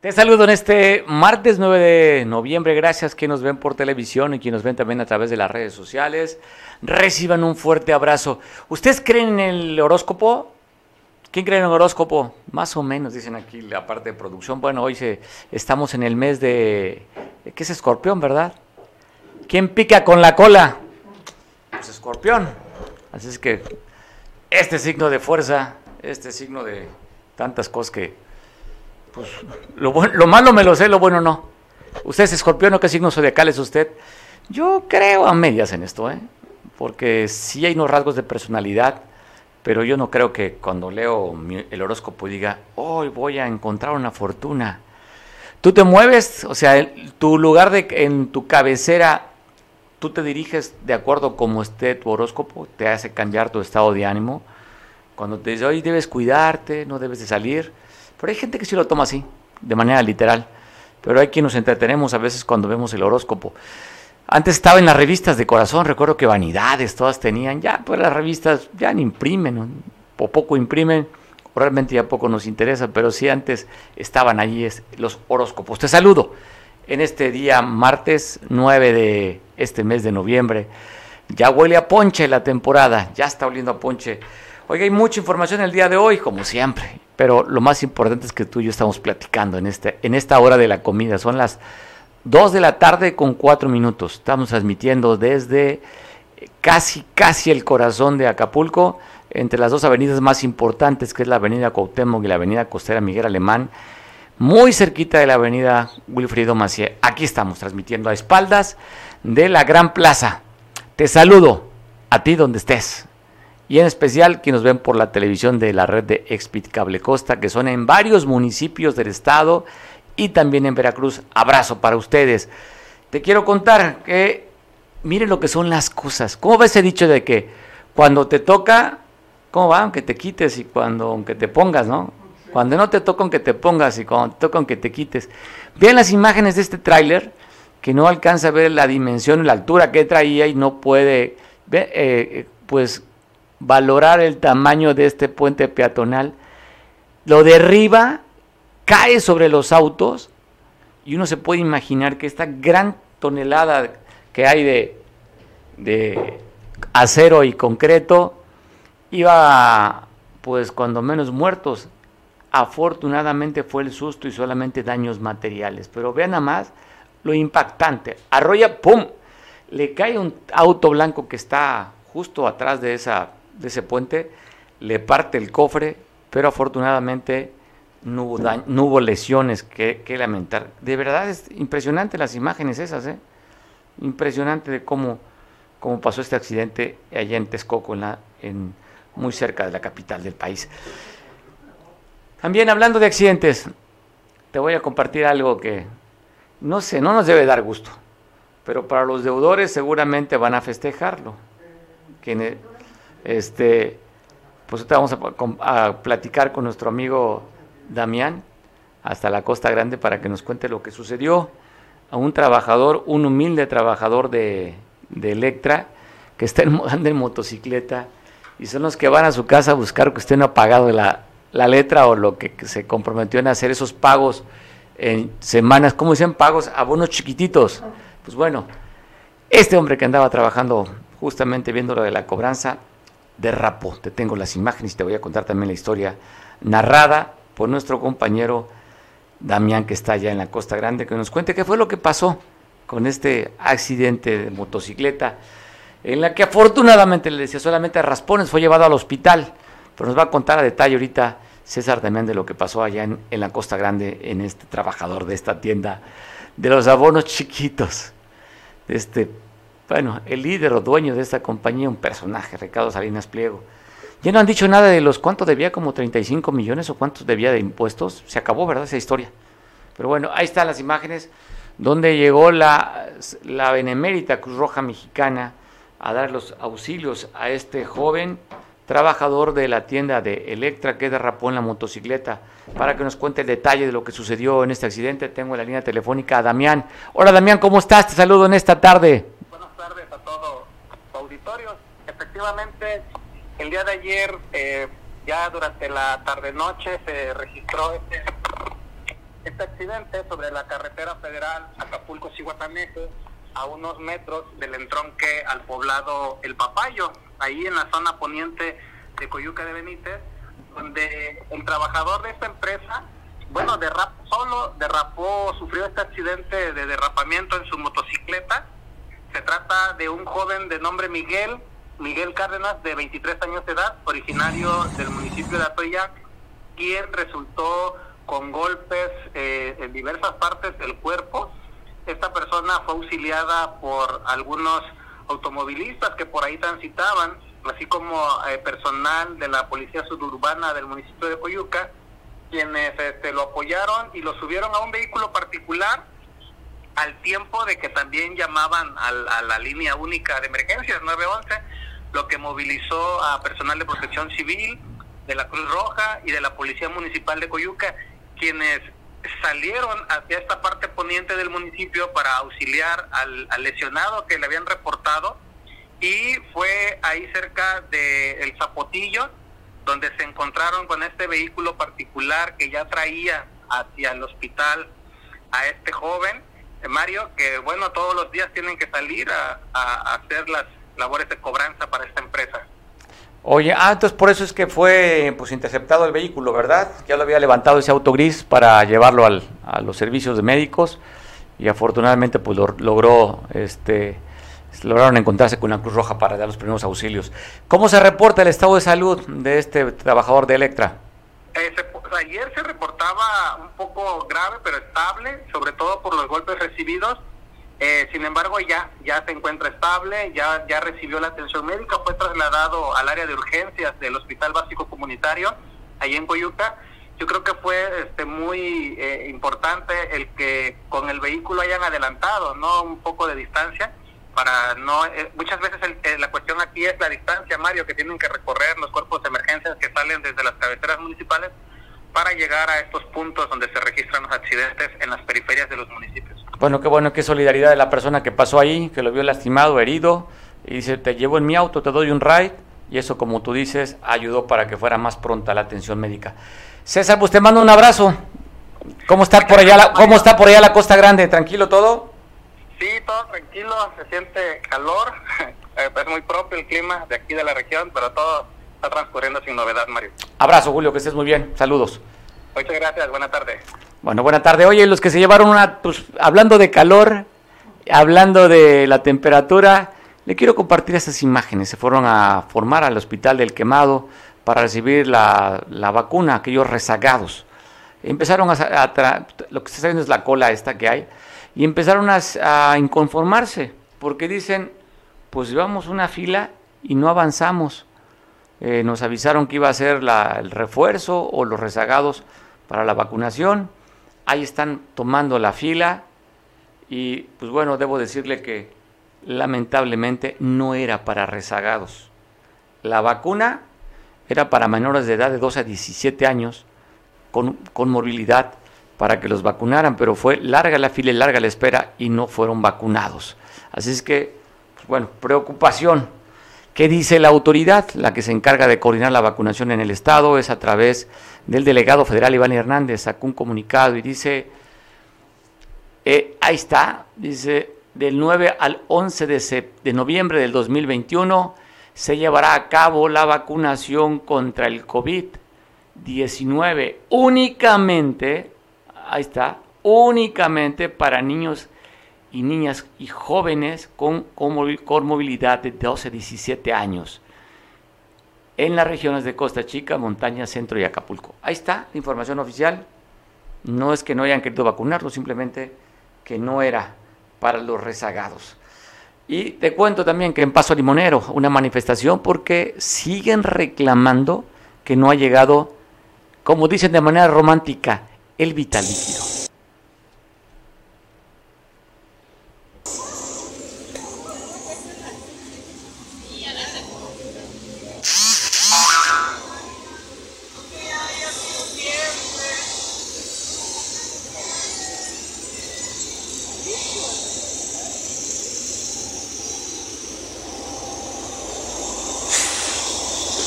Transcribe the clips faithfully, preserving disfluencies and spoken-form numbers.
Te saludo en este martes nueve de noviembre. Gracias que nos ven por televisión y que nos ven también a través de las redes sociales. Reciban un fuerte abrazo. ¿Ustedes creen en el horóscopo? ¿Quién cree en el horóscopo? Más o menos, dicen aquí la parte de producción. Bueno, hoy se, estamos en el mes de... ¿Qué es Escorpión, verdad? ¿Quién pica con la cola? Pues Escorpión. Así es que este signo de fuerza, este signo de tantas cosas que... Pues lo, bueno, lo malo me lo sé, lo bueno no. ¿Usted es Escorpión o qué signo zodiacal es usted? Yo creo a medias en esto, ¿eh? Porque sí hay unos rasgos de personalidad, pero yo no creo que cuando leo mi, el horóscopo diga, hoy oh, voy a encontrar una fortuna. Tú te mueves, o sea, el, tu lugar de, en tu cabecera, tú te diriges de acuerdo como esté tu horóscopo, te hace cambiar tu estado de ánimo. Cuando te dice, hoy debes cuidarte, no debes de salir. Pero hay gente que sí lo toma así, de manera literal. Pero hay quien nos entretenemos a veces cuando vemos el horóscopo. Antes estaba en las revistas de corazón, recuerdo que Vanidades, todas tenían, ya pues las revistas ya ni imprimen, ¿no? O poco imprimen, o realmente ya poco nos interesa, pero sí antes estaban allí los horóscopos. Te saludo en este día martes nueve de este mes de noviembre. Ya huele a ponche la temporada, ya está oliendo a ponche. Oiga, hay mucha información el día de hoy, como siempre, pero lo más importante es que tú y yo estamos platicando en, este, en esta hora de la comida. Son las dos de la tarde con cuatro minutos. Estamos transmitiendo desde casi, casi el corazón de Acapulco, entre las dos avenidas más importantes, que es la avenida Cuauhtémoc y la avenida Costera Miguel Alemán, muy cerquita de la avenida Wilfrido Macié. Aquí estamos transmitiendo a espaldas de la Gran Plaza. Te saludo a ti donde estés. Y en especial quienes nos ven por la televisión de la red de Expit Cable Costa, que son en varios municipios del estado y también en Veracruz. Abrazo para ustedes. Te quiero contar que miren lo que son las cosas. ¿Cómo ves ese dicho de que cuando te toca, cómo va? Aunque te quites y cuando aunque te pongas, ¿no? Cuando no te toca aunque te pongas y cuando te toca aunque te quites. Vean las imágenes de este tráiler que no alcanza a ver la dimensión y la altura que traía y no puede, eh, pues... valorar el tamaño de este puente peatonal. Lo derriba, cae sobre los autos y uno se puede imaginar que esta gran tonelada que hay de, de acero y concreto iba, pues cuando menos muertos. Afortunadamente fue el susto y solamente daños materiales, pero vean nada más lo impactante. Arrolla, ¡pum!, le cae un auto blanco que está justo atrás de esa de ese puente, le parte el cofre, pero afortunadamente no hubo, daño, no hubo lesiones que, que lamentar. De verdad es impresionante las imágenes esas, ¿eh? Impresionante de cómo, cómo pasó este accidente allá en Texcoco, en la, en, muy cerca de la capital del país. También hablando de accidentes, te voy a compartir algo que no sé, no nos debe dar gusto, pero para los deudores seguramente van a festejarlo. Que Este, pues ahorita vamos a, a platicar con nuestro amigo Damián hasta la Costa Grande para que nos cuente lo que sucedió a un trabajador, un humilde trabajador de, de Electra que está en, anda en motocicleta y son los que van a su casa a buscar que usted no ha pagado la, la letra o lo que, que se comprometió en hacer esos pagos en semanas, ¿cómo dicen? Pagos, abonos chiquititos. Pues bueno, este hombre que andaba trabajando justamente viendo lo de la cobranza derrapó. Te tengo las imágenes y te voy a contar también la historia narrada por nuestro compañero Damián, que está allá en la Costa Grande, que nos cuente qué fue lo que pasó con este accidente de motocicleta, en la que afortunadamente, le decía, solamente a raspones, fue llevado al hospital, pero nos va a contar a detalle ahorita César Damián de lo que pasó allá en, en la Costa Grande, en este trabajador de esta tienda de los abonos chiquitos, de este Bueno, el líder o dueño de esta compañía, un personaje, Ricardo Salinas Pliego. Ya no han dicho nada de los cuánto debía, como treinta y cinco millones o cuántos debía de impuestos. Se acabó, ¿verdad?, esa historia. Pero bueno, ahí están las imágenes donde llegó la, la Benemérita Cruz Roja Mexicana a dar los auxilios a este joven trabajador de la tienda de Electra que derrapó en la motocicleta. Para que nos cuente el detalle de lo que sucedió en este accidente, tengo en la línea telefónica a Damián. Hola Damián, ¿cómo estás? Te saludo en esta tarde. Tardes a todo tu auditorio. Efectivamente, el día de ayer, eh, ya durante la tarde-noche, se registró este, este accidente sobre la carretera federal Acapulco-Zihuatanejo, a unos metros del entronque al poblado El Papayo, ahí en la zona poniente de Coyuca de Benítez, donde el trabajador de esta empresa, bueno, derrapó solo, derrapó, sufrió este accidente de derrapamiento en su motocicleta. Se trata de un joven de nombre Miguel, Miguel Cárdenas, de veintitrés años de edad, originario del municipio de Atoyac, quien resultó con golpes eh, en diversas partes del cuerpo. Esta persona fue auxiliada por algunos automovilistas que por ahí transitaban, así como eh, personal de la Policía Suburbana del municipio de Coyuca, quienes este, lo apoyaron y lo subieron a un vehículo particular, al tiempo de que también llamaban al, a la línea única de emergencias nueve once, lo que movilizó a personal de protección civil, de la Cruz Roja y de la Policía Municipal de Coyuca, quienes salieron hacia esta parte poniente del municipio para auxiliar al, al lesionado que le habían reportado, y fue ahí cerca de El Zapotillo donde se encontraron con este vehículo particular que ya traía hacia el hospital a este joven, eh, Mario, que bueno, todos los días tienen que salir a, a, a hacer las labores de cobranza para esta empresa. Oye, ah, entonces por eso es que fue pues interceptado el vehículo, ¿verdad? Ya lo había levantado ese auto gris para llevarlo al, a los servicios de médicos, y afortunadamente pues lo, logró, este, lograron encontrarse con la Cruz Roja para dar los primeros auxilios. ¿Cómo se reporta el estado de salud de este trabajador de Electra? Eh, se, pues, ayer se reportaba un poco grave, pero estable, sobre todo por los golpes recibidos. Eh, sin embargo, ya ya se encuentra estable, ya ya recibió la atención médica, fue trasladado al área de urgencias del Hospital Básico Comunitario, ahí en Coyuca. Yo creo que fue este muy eh, importante el que con el vehículo hayan adelantado, ¿no? Un poco de distancia, para no... Eh, muchas veces el, eh, la cuestión aquí es la distancia, Mario, que tienen que recorrer los cuerpos de emergencias que salen desde las cabeceras municipales para llegar a estos puntos donde se registran los accidentes en las periferias de los municipios. Bueno, qué bueno, qué solidaridad de la persona que pasó ahí, que lo vio lastimado, herido, y dice, te llevo en mi auto, te doy un ride, y eso, como tú dices, ayudó para que fuera más pronta la atención médica. César, pues te mando un abrazo. ¿Cómo está por allá la, cómo está por allá la Costa Grande? ¿Tranquilo todo? Sí, todo tranquilo, se siente calor, es muy propio el clima de aquí de la región, pero todo está transcurriendo sin novedad, Mario. Abrazo, Julio, que estés muy bien, saludos. Muchas gracias, buena tarde. Bueno, buena tarde. Oye, los que se llevaron una, pues, hablando de calor, hablando de la temperatura, le quiero compartir estas imágenes. Se fueron a formar al Hospital del Quemado para recibir la, la vacuna, aquellos rezagados. Empezaron a, a tra- lo que se está viendo es la cola esta que hay, y empezaron a, a inconformarse, porque dicen, pues llevamos una fila y no avanzamos. Eh, nos avisaron que iba a ser la, el refuerzo o los rezagados para la vacunación. Ahí están tomando la fila y pues bueno, debo decirle que lamentablemente no era para rezagados. La vacuna era para menores de edad de doce a diecisiete años con, con movilidad para que los vacunaran, pero fue larga la fila y larga la espera y no fueron vacunados. Así es que, pues bueno, preocupación. ¿Qué dice la autoridad? La que se encarga de coordinar la vacunación en el estado es a través del delegado federal Iván Hernández. Sacó un comunicado y dice, eh, ahí está, dice, del nueve al once de, sep- de noviembre del dos mil veintiuno se llevará a cabo la vacunación contra el COVID diecinueve únicamente, ahí está, únicamente para niños y niñas y jóvenes con comorbilidad de doce a diecisiete años en las regiones de Costa Chica, Montaña, Centro y Acapulco. Ahí está la información oficial. No es que no hayan querido vacunarlo, simplemente que no era para los rezagados. Y te cuento también que en Paso Limonero, una manifestación porque siguen reclamando que no ha llegado, como dicen de manera romántica, el vital líquido.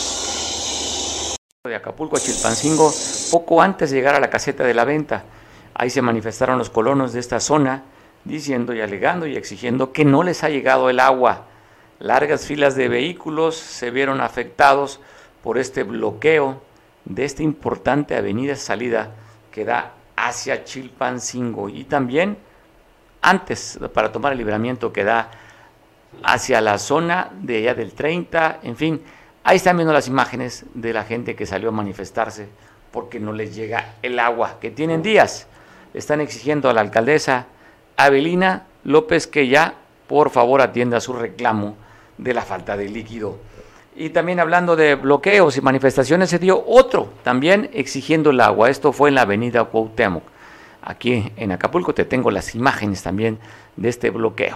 De Acapulco a Chilpancingo, poco antes de llegar a la caseta de la venta. Ahí se manifestaron los colonos de esta zona diciendo y alegando y exigiendo que no les ha llegado el agua. Largas filas de vehículos se vieron afectados por este bloqueo de esta importante avenida salida que da hacia Chilpancingo y también antes para tomar el libramiento que da hacia la zona de allá del treinta, en fin, ahí están viendo las imágenes de la gente que salió a manifestarse porque no les llega el agua, que tienen días. Están exigiendo a la alcaldesa Avelina López que ya, por favor, atienda su reclamo de la falta de líquido. Y también hablando de bloqueos y manifestaciones, se dio otro, también exigiendo el agua. Esto fue en la avenida Cuauhtémoc. Aquí en Acapulco te tengo las imágenes también de este bloqueo.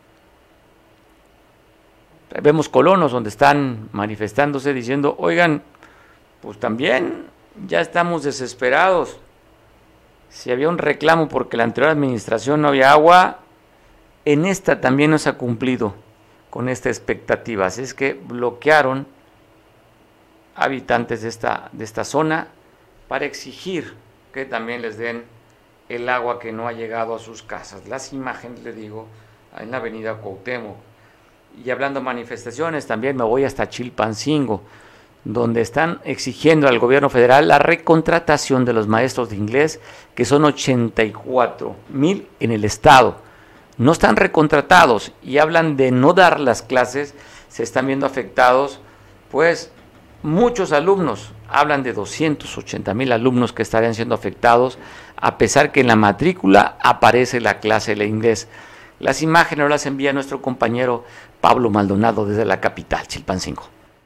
Vemos colonos donde están manifestándose diciendo, oigan, pues también ya estamos desesperados. Si había un reclamo porque la anterior administración no había agua, en esta también no se ha cumplido con esta expectativa. Así es que bloquearon habitantes de esta, de esta zona para exigir que también les den el agua que no ha llegado a sus casas. Las imágenes, le digo, en la avenida Cuauhtémoc. Y hablando de manifestaciones, también me voy hasta Chilpancingo, donde están exigiendo al gobierno federal la recontratación de los maestros de inglés, que son ochenta y cuatro mil en el estado. No están recontratados y hablan de no dar las clases, se están viendo afectados, pues muchos alumnos, hablan de doscientos ochenta mil alumnos que estarían siendo afectados, a pesar que en la matrícula aparece la clase de inglés. Las imágenes las envía nuestro compañero Pablo Maldonado desde la capital, Chilpancingo.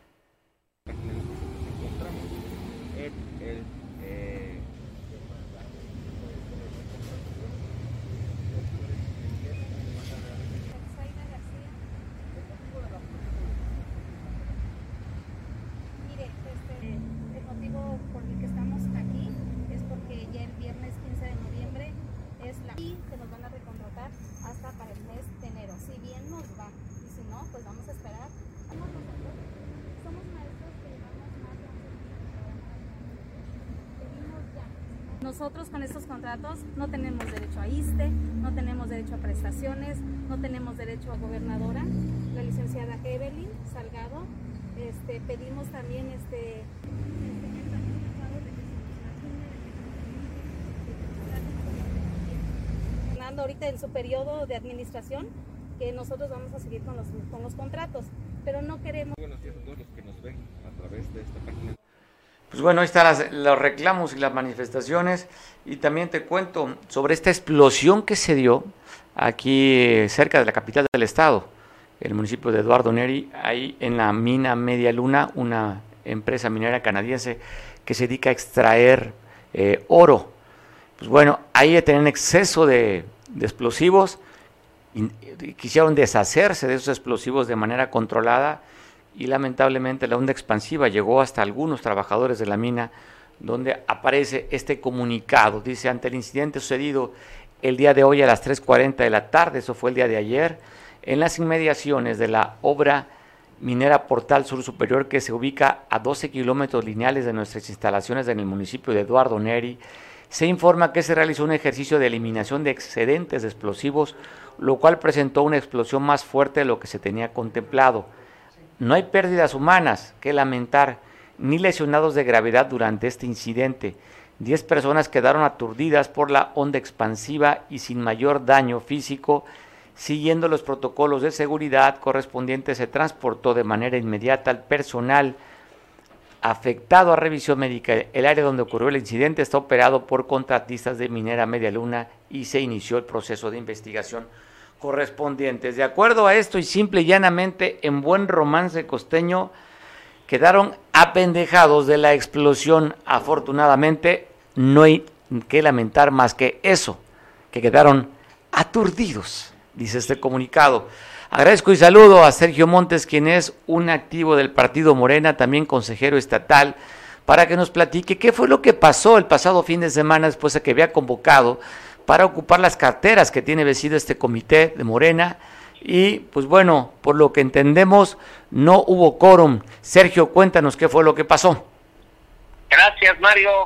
Nosotros con estos contratos no tenemos derecho a I S S S T E, no tenemos derecho a prestaciones, no tenemos derecho a gobernadora, la licenciada Evelyn Salgado, este, pedimos también este, ahorita en su periodo de administración, que nosotros vamos a seguir con los, con los contratos, pero no queremos... Buenos días a todos los que nos ven a través de esta página. Pues bueno, ahí están las, los reclamos y las manifestaciones, y también te cuento sobre esta explosión que se dio aquí cerca de la capital del estado, el municipio de Eduardo Neri, ahí en la mina Media Luna, una empresa minera canadiense que se dedica a extraer eh, oro. Pues bueno, ahí tenían exceso de, de explosivos, y, y quisieron deshacerse de esos explosivos de manera controlada, y lamentablemente la onda expansiva llegó hasta algunos trabajadores de la mina, donde aparece este comunicado. Dice: ante el incidente sucedido el día de hoy a las tres cuarenta de la tarde, eso fue el día de ayer, en las inmediaciones de la obra minera Portal Sur Superior, que se ubica a doce kilómetros lineales de nuestras instalaciones en el municipio de Eduardo Neri, se informa que se realizó un ejercicio de eliminación de excedentes de explosivos, lo cual presentó una explosión más fuerte de lo que se tenía contemplado. No hay pérdidas humanas que lamentar, ni lesionados de gravedad durante este incidente. Diez personas quedaron aturdidas por la onda expansiva y sin mayor daño físico. Siguiendo los protocolos de seguridad correspondientes, se transportó de manera inmediata al personal afectado a revisión médica. El área donde ocurrió el incidente está operado por contratistas de Minera Media Luna y se inició el proceso de investigación correspondientes. De acuerdo a esto, y simple y llanamente, en buen romance costeño, quedaron apendejados de la explosión. Afortunadamente, no hay que lamentar más que eso, que quedaron aturdidos, dice este comunicado. Agradezco y saludo a Sergio Montes, quien es un activo del partido Morena, también consejero estatal, para que nos platique qué fue lo que pasó el pasado fin de semana después de que había convocado para ocupar las carteras que tiene vencido este comité de Morena, y pues bueno, por lo que entendemos, no hubo quórum. Sergio, cuéntanos qué fue lo que pasó. Gracias, Mario.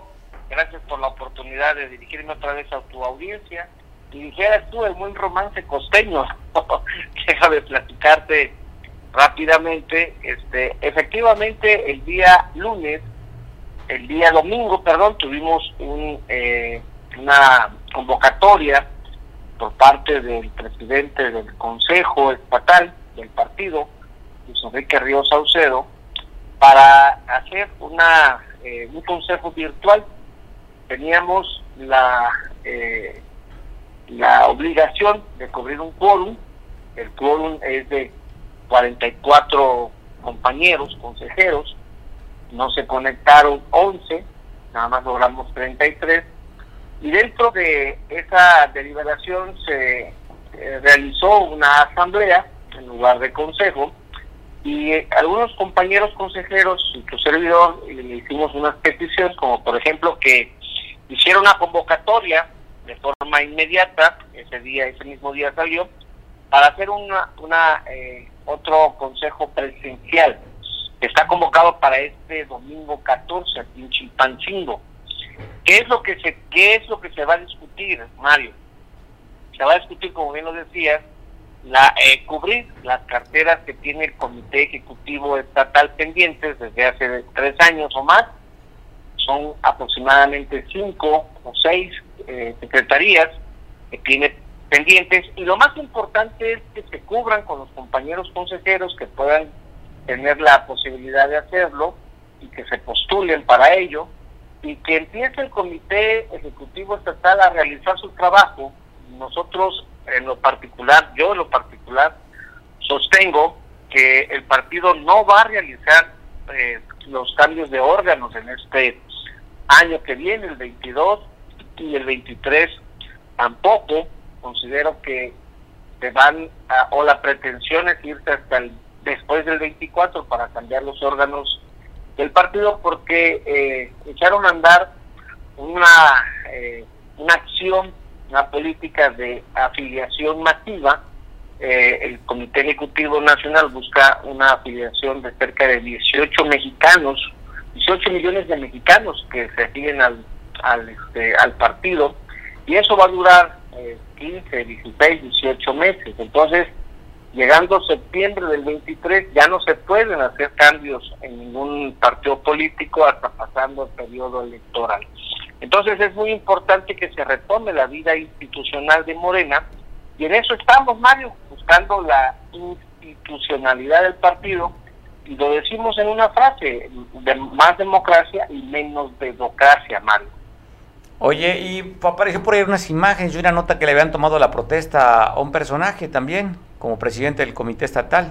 gracias por la oportunidad de dirigirme otra vez a tu audiencia. Y dijeras tú, el buen romance costeño. Déjame platicarte rápidamente. Este, efectivamente, el día lunes, el día domingo, perdón, tuvimos un, eh, una convocatoria por parte del presidente del Consejo Estatal del partido, Luis Enrique Ríos Saucedo, para hacer una eh, un consejo virtual. Teníamos la eh, la obligación de cubrir un quórum. El quórum es de cuarenta y cuatro compañeros, consejeros. No se conectaron once, nada más logramos treinta y tres. Y dentro de esa deliberación se eh, realizó una asamblea en lugar de consejo, y eh, algunos compañeros consejeros y tu servidor le hicimos unas peticiones, como por ejemplo que hiciera una convocatoria de forma inmediata. Ese día, ese mismo día salió, para hacer una, una eh, otro consejo presencial, que está convocado para este domingo catorce aquí en Chilpancingo. ¿Qué es lo que se qué es lo que se va a discutir, Mario? Se va a discutir, como bien lo decías, la eh, cubrir las carteras que tiene el Comité Ejecutivo Estatal pendientes desde hace tres años o más. Son aproximadamente cinco o seis eh, secretarías que tiene pendientes, y lo más importante es que se cubran con los compañeros consejeros que puedan tener la posibilidad de hacerlo y que se postulen para ello, y que empiece el Comité Ejecutivo Estatal a realizar su trabajo. Nosotros, en lo particular, yo en lo particular, sostengo que el partido no va a realizar eh, los cambios de órganos en este año que viene, el veintidós, y el veintitrés tampoco. Considero que se van a, o la pretensión es irse hasta el después del veinticuatro para cambiar los órganos del partido, porque eh, echaron a andar una eh, una acción, una política de afiliación masiva. Eh, el Comité Ejecutivo Nacional busca una afiliación de cerca de dieciocho mexicanos, dieciocho millones de mexicanos que se afilien al al, este, al partido, y eso va a durar eh, quince, dieciséis, dieciocho meses. Entonces, llegando septiembre del veintitrés, ya no se pueden hacer cambios en ningún partido político hasta pasando el periodo electoral. Entonces es muy importante que se retome la vida institucional de Morena, y en eso estamos, Mario, buscando la institucionalidad del partido, y lo decimos en una frase: de más democracia y menos dedocracia, Mario. Oye, y apareció por ahí unas imágenes y una nota que le habían tomado la protesta a un personaje también, como presidente del comité estatal.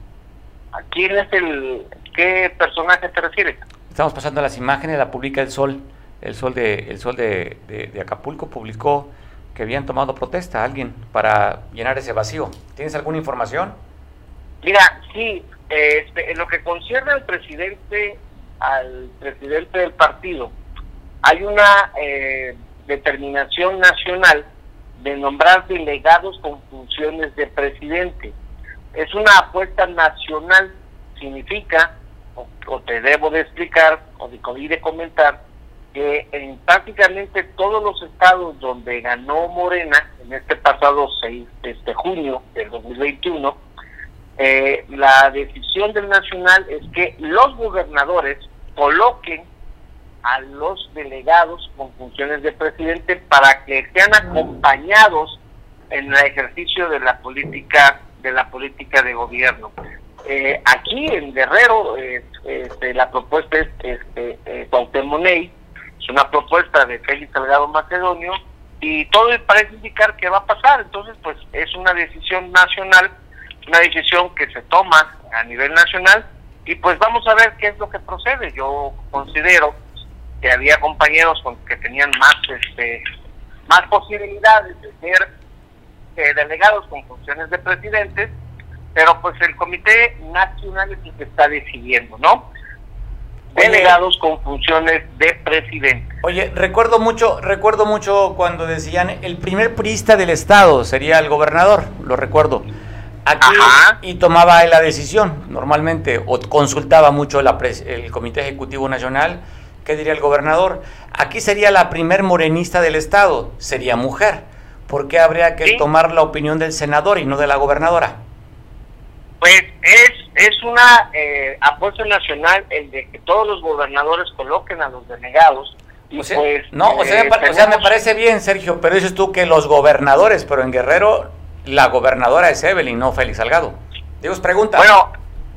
¿A quién es el, qué personaje te refieres? Estamos pasando las imágenes, la publica El Sol, El Sol de, el Sol de, de, de Acapulco publicó que habían tomado protesta a alguien para llenar ese vacío. ¿Tienes alguna información? Mira, sí, este, en lo que concierne al presidente, al presidente del partido, hay una eh, determinación nacional de nombrar delegados con funciones de presidente. Es una apuesta nacional. Significa, o, o te debo de explicar, o de, o de comentar, que en prácticamente todos los estados donde ganó Morena, en este pasado seis de junio del dos mil veintiuno, eh, la decisión del nacional es que los gobernadores coloquen a los delegados con funciones de presidente para que sean acompañados en el ejercicio de la política de la política de gobierno. Eh, aquí en Guerrero, eh, este, la propuesta es este, eh, Cuauhtémoc Ney, es una propuesta de Félix Salgado Macedonio, y todo parece indicar que va a pasar. Entonces, pues es una decisión nacional, una decisión que se toma a nivel nacional, y pues vamos a ver qué es lo que procede. Yo considero que había compañeros con que tenían más este más posibilidades de ser eh, delegados con funciones de presidentes, pero pues el Comité Nacional es el que está decidiendo, ¿no? Delegados Oye, con funciones de presidente. Oye, recuerdo mucho, recuerdo mucho cuando decían el primer priista del estado sería el gobernador, lo recuerdo. Aquí, Ajá. Y tomaba él la decisión normalmente, o consultaba mucho la pres, el Comité Ejecutivo Nacional, ¿qué diría el gobernador? Aquí sería la primer morenista del estado, sería mujer. ¿Por qué habría que ¿Sí? tomar la opinión del senador y no de la gobernadora? Pues es es una eh, apuesta nacional el de que todos los gobernadores coloquen a los delegados. Y o sea, pues, no, o sea, eh, me, tenemos... o sea, me parece bien, Sergio, pero dices tú que los gobernadores, pero en Guerrero la gobernadora es Evelyn, no Félix Salgado. Dios pregunta. Bueno,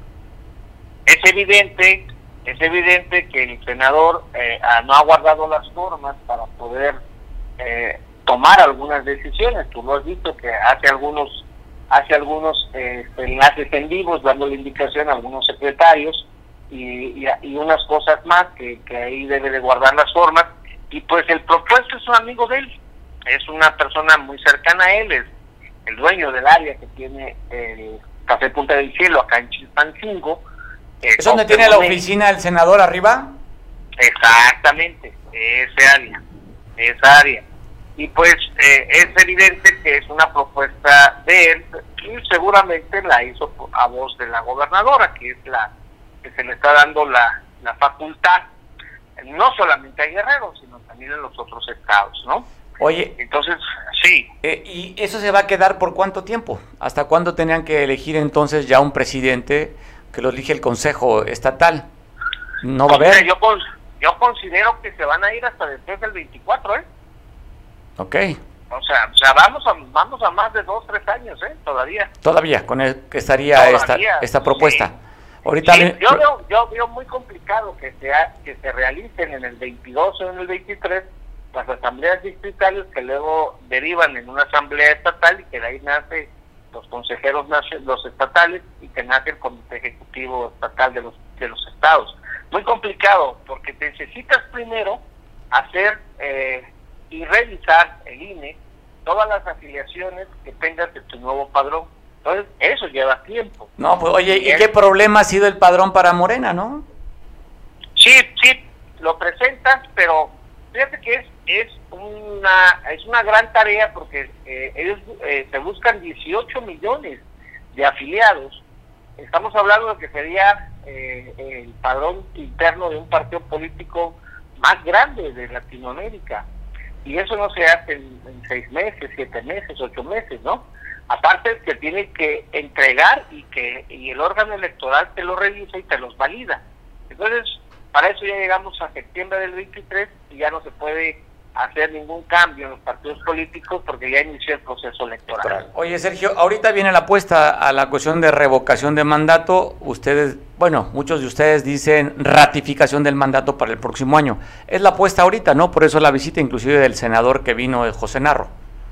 es evidente, es evidente que el senador eh, no ha guardado las formas para poder eh, tomar algunas decisiones. Tú lo has visto que hace algunos hace algunos eh, enlaces en vivos dándole indicación a algunos secretarios y, y, y unas cosas más que, que ahí debe de guardar las formas. Y pues el propuesto es un amigo de él, es una persona muy cercana a él, es el dueño del área que tiene el Café Punta del Cielo acá en Chilpancingo. Eh, ¿Es donde tiene la oficina del senador arriba? Exactamente, ese área, esa área. Y pues eh, es evidente que es una propuesta de él y seguramente la hizo a voz de la gobernadora, que es la que se le está dando la, la facultad, no solamente a Guerrero, sino también en los otros estados, ¿no? Oye, entonces, sí. Eh, ¿Y eso se va a quedar por cuánto tiempo? ¿Hasta cuándo tenían que elegir entonces ya un presidente que lo elige el Consejo Estatal? ¿No va a haber? Yo, yo considero que se van a ir hasta después del veinticuatro, ¿eh? Ok. O sea, o sea vamos, a, vamos a más de dos, tres años, ¿eh? Todavía. Todavía, con el que estaría esta, esta propuesta. Sí. Ahorita sí, le... yo, veo, yo veo muy complicado que, sea, que se realicen en el veintidós o en el veintitrés las asambleas distritales que luego derivan en una asamblea estatal y que de ahí nace los consejeros los estatales y que nace el comité ejecutivo estatal de los de los estados. Muy complicado porque necesitas primero hacer eh, y revisar el I N E todas las afiliaciones que tengas de tu nuevo padrón. Entonces eso lleva tiempo. No, pues oye, ¿y qué problema ha sido el padrón para Morena, no? Sí, sí, lo presentas, pero fíjate que es es una es una gran tarea porque eh, ellos eh, se buscan dieciocho millones de afiliados. Estamos hablando de que sería eh, el padrón interno de un partido político más grande de Latinoamérica, y eso no se hace en, en seis meses, siete meses, ocho meses, ¿no? Aparte que tiene que entregar y que y el órgano electoral te lo revisa y te los valida. Entonces, para eso ya llegamos a septiembre del veintitrés y ya no se puede hacer ningún cambio en los partidos políticos porque ya inició el proceso electoral. Oye, Sergio, ahorita viene la apuesta a la cuestión de revocación de mandato. Ustedes, bueno, muchos de ustedes dicen ratificación del mandato para el próximo año. Es la apuesta ahorita, ¿no? Por eso la visita inclusive del senador que vino, José Narro.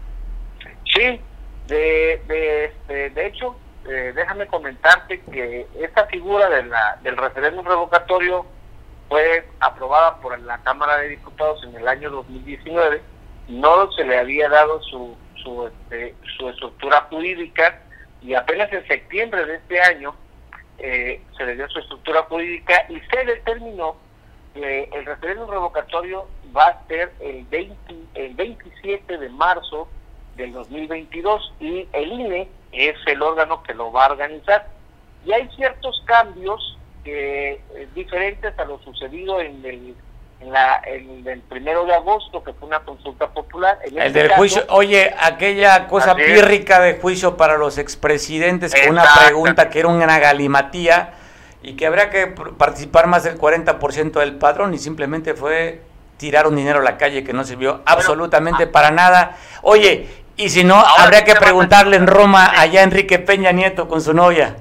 Sí, de, de, de, de hecho, eh, déjame comentarte que esta figura de la, del referéndum revocatorio fue aprobada por la Cámara de Diputados en el año dos mil diecinueve, no se le había dado su su, este, su estructura jurídica y apenas en septiembre de este año eh, se le dio su estructura jurídica y se determinó que el referéndum revocatorio va a ser el, veinte, el veintisiete de marzo del dos mil veintidós y el I N E es el órgano que lo va a organizar. Y hay ciertos cambios que eh, diferentes a lo sucedido en el en la en el primero de agosto, que fue una consulta popular. En el este del caso, juicio, oye, aquella cosa pírrica de juicio para los expresidentes, con una pregunta que era una galimatía y que habría que participar más del cuarenta por ciento del padrón y simplemente fue tirar un dinero a la calle que no sirvió bueno, absolutamente ah, para nada. Oye, y si no, habría que preguntarle en Roma allá a Enrique Peña Nieto con su novia.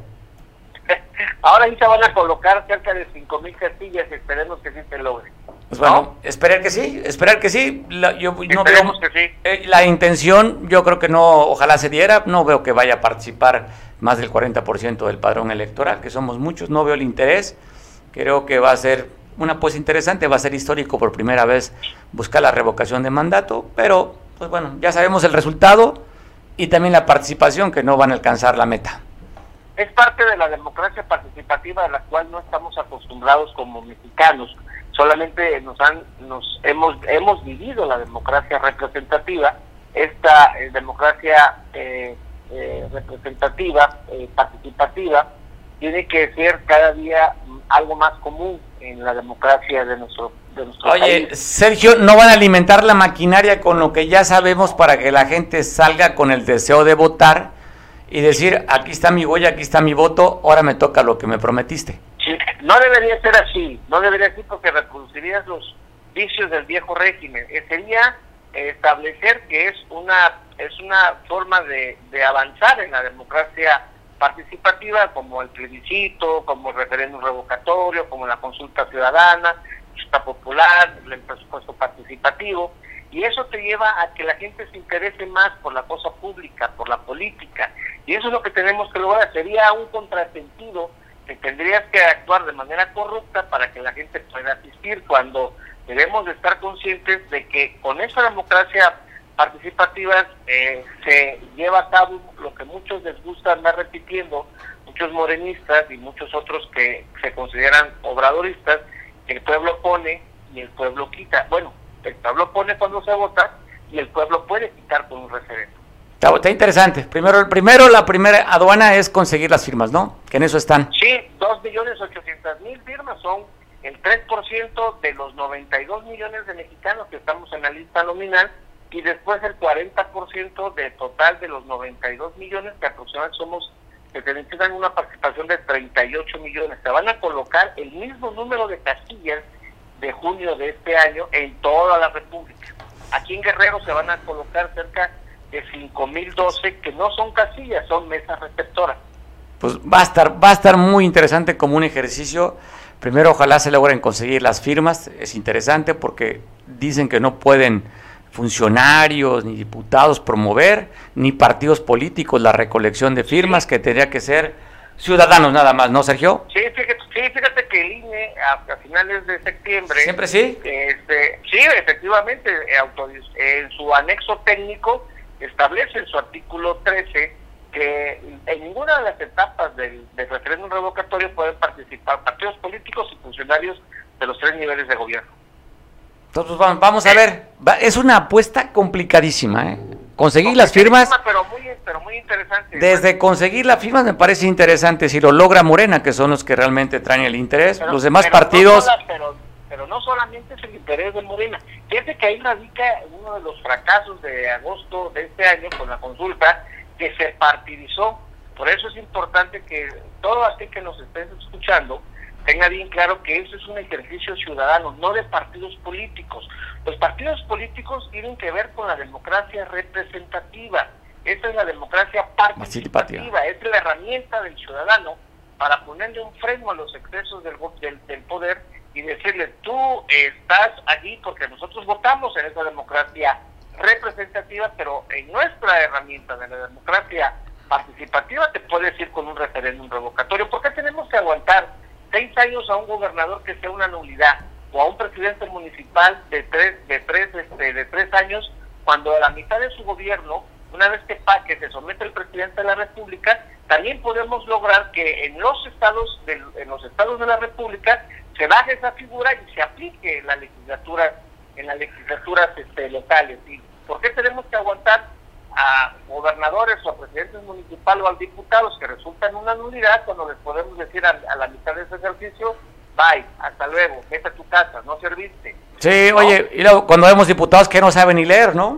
Ahora sí se van a colocar cerca de cinco mil castillas, esperemos que sí se logre. Pues bueno, ¿no? esperar que sí, esperar que sí. La, yo no veo que sí. eh, la intención, yo creo que no, ojalá se diera, no veo que vaya a participar más del cuarenta por ciento del padrón electoral, que somos muchos, no veo el interés. Creo que va a ser una pues interesante, va a ser histórico por primera vez buscar la revocación de mandato, pero pues bueno, ya sabemos el resultado y también la participación, que no van a alcanzar la meta. Es parte de la democracia participativa de la cual no estamos acostumbrados como mexicanos. Solamente nos han, nos hemos hemos vivido la democracia representativa. Esta eh, democracia eh, eh, representativa, eh, participativa, tiene que ser cada día algo más común en la democracia de nuestro de nuestro Oye, país. Sergio, ¿no van a alimentar la maquinaria con lo que ya sabemos para que la gente salga con el deseo de votar y decir, aquí está mi huella, aquí está mi voto, ahora me toca lo que me prometiste? Sí, no debería ser así, no debería ser porque reproducirías los vicios del viejo régimen. Eh, sería eh, establecer que es una es una forma de, de avanzar en la democracia participativa, como el plebiscito, como el referéndum revocatorio, como la consulta ciudadana, consulta popular, el presupuesto participativo, y eso te lleva a que la gente se interese más por la cosa pública, por la política, y eso es lo que tenemos que lograr. Sería un contrasentido que tendrías que actuar de manera corrupta para que la gente pueda asistir, cuando debemos de estar conscientes de que con esa democracia participativa eh, se lleva a cabo lo que muchos les gusta andar repitiendo, muchos morenistas y muchos otros que se consideran obradoristas, que el pueblo pone y el pueblo quita. Bueno, el pueblo pone cuando se vota y el pueblo puede quitar con un referéndum. Está, está interesante. Primero, primero, la primera aduana es conseguir las firmas, ¿no? Que en eso están. Sí, dos millones ochocientas mil firmas son el tres por ciento de los noventa y dos millones de mexicanos que estamos en la lista nominal, y después el cuarenta por ciento del total de los noventa y dos millones, que aproximadamente somos, que necesitan una participación de treinta y ocho millones. Se van a colocar el mismo número de casillas de junio de este año en toda la República. Aquí en Guerrero se van a colocar cerca de cinco mil doce, que no son casillas, son mesas receptoras. Pues va a estar, va a estar muy interesante como un ejercicio. Primero, ojalá se logren conseguir las firmas. Es interesante porque dicen que no pueden funcionarios ni diputados promover, ni partidos políticos la recolección de firmas, sí, que tendría que ser ciudadanos nada más, ¿no, Sergio? Sí, fíjate, sí, fíjate que el I N E a, a finales de septiembre... ¿Siempre sí? Este, sí, efectivamente, en su anexo técnico establece en su artículo trece que en ninguna de las etapas del, del referéndum revocatorio pueden participar partidos políticos y funcionarios de los tres niveles de gobierno. Entonces vamos, vamos a ver, va, es una apuesta complicadísima, ¿eh? Conseguir las firmas, pero muy, pero muy interesante. Desde conseguir las firmas me parece interesante, si lo logra Morena, que son los que realmente traen el interés, pero, los demás pero partidos... No sola, pero, pero no solamente es el interés de Morena, fíjate que ahí radica uno de los fracasos de agosto de este año con la consulta, que se partidizó. Por eso es importante que todo aquel que nos esté escuchando tenga bien claro que eso es un ejercicio ciudadano, no de partidos políticos. Los partidos políticos tienen que ver con la democracia representativa. Esa es la democracia participativa, es la herramienta del ciudadano para ponerle un freno a los excesos del, del, del poder y decirle, tú estás allí porque nosotros votamos en esa democracia representativa, pero en nuestra herramienta de la democracia participativa te puedes ir con un referéndum revocatorio. ¿Por qué tenemos que aguantar seis años a un gobernador que sea una nulidad, o a un presidente municipal de tres de tres este, de tres años, cuando a la mitad de su gobierno, una vez que, pa, que se somete el presidente de la República, también podemos lograr que en los estados de, en los estados de la República se baje esa figura y se aplique en la legislatura en las legislaturas este, locales? ¿Y por qué tenemos que aguantar a gobernadores o a presidentes municipales o a diputados que resultan una nulidad cuando les podemos decir a, a la mitad de ese ejercicio, bye, hasta luego, vete a tu casa, no serviste? Sí, ¿no? Oye, y luego cuando vemos diputados que no saben ni leer, ¿no?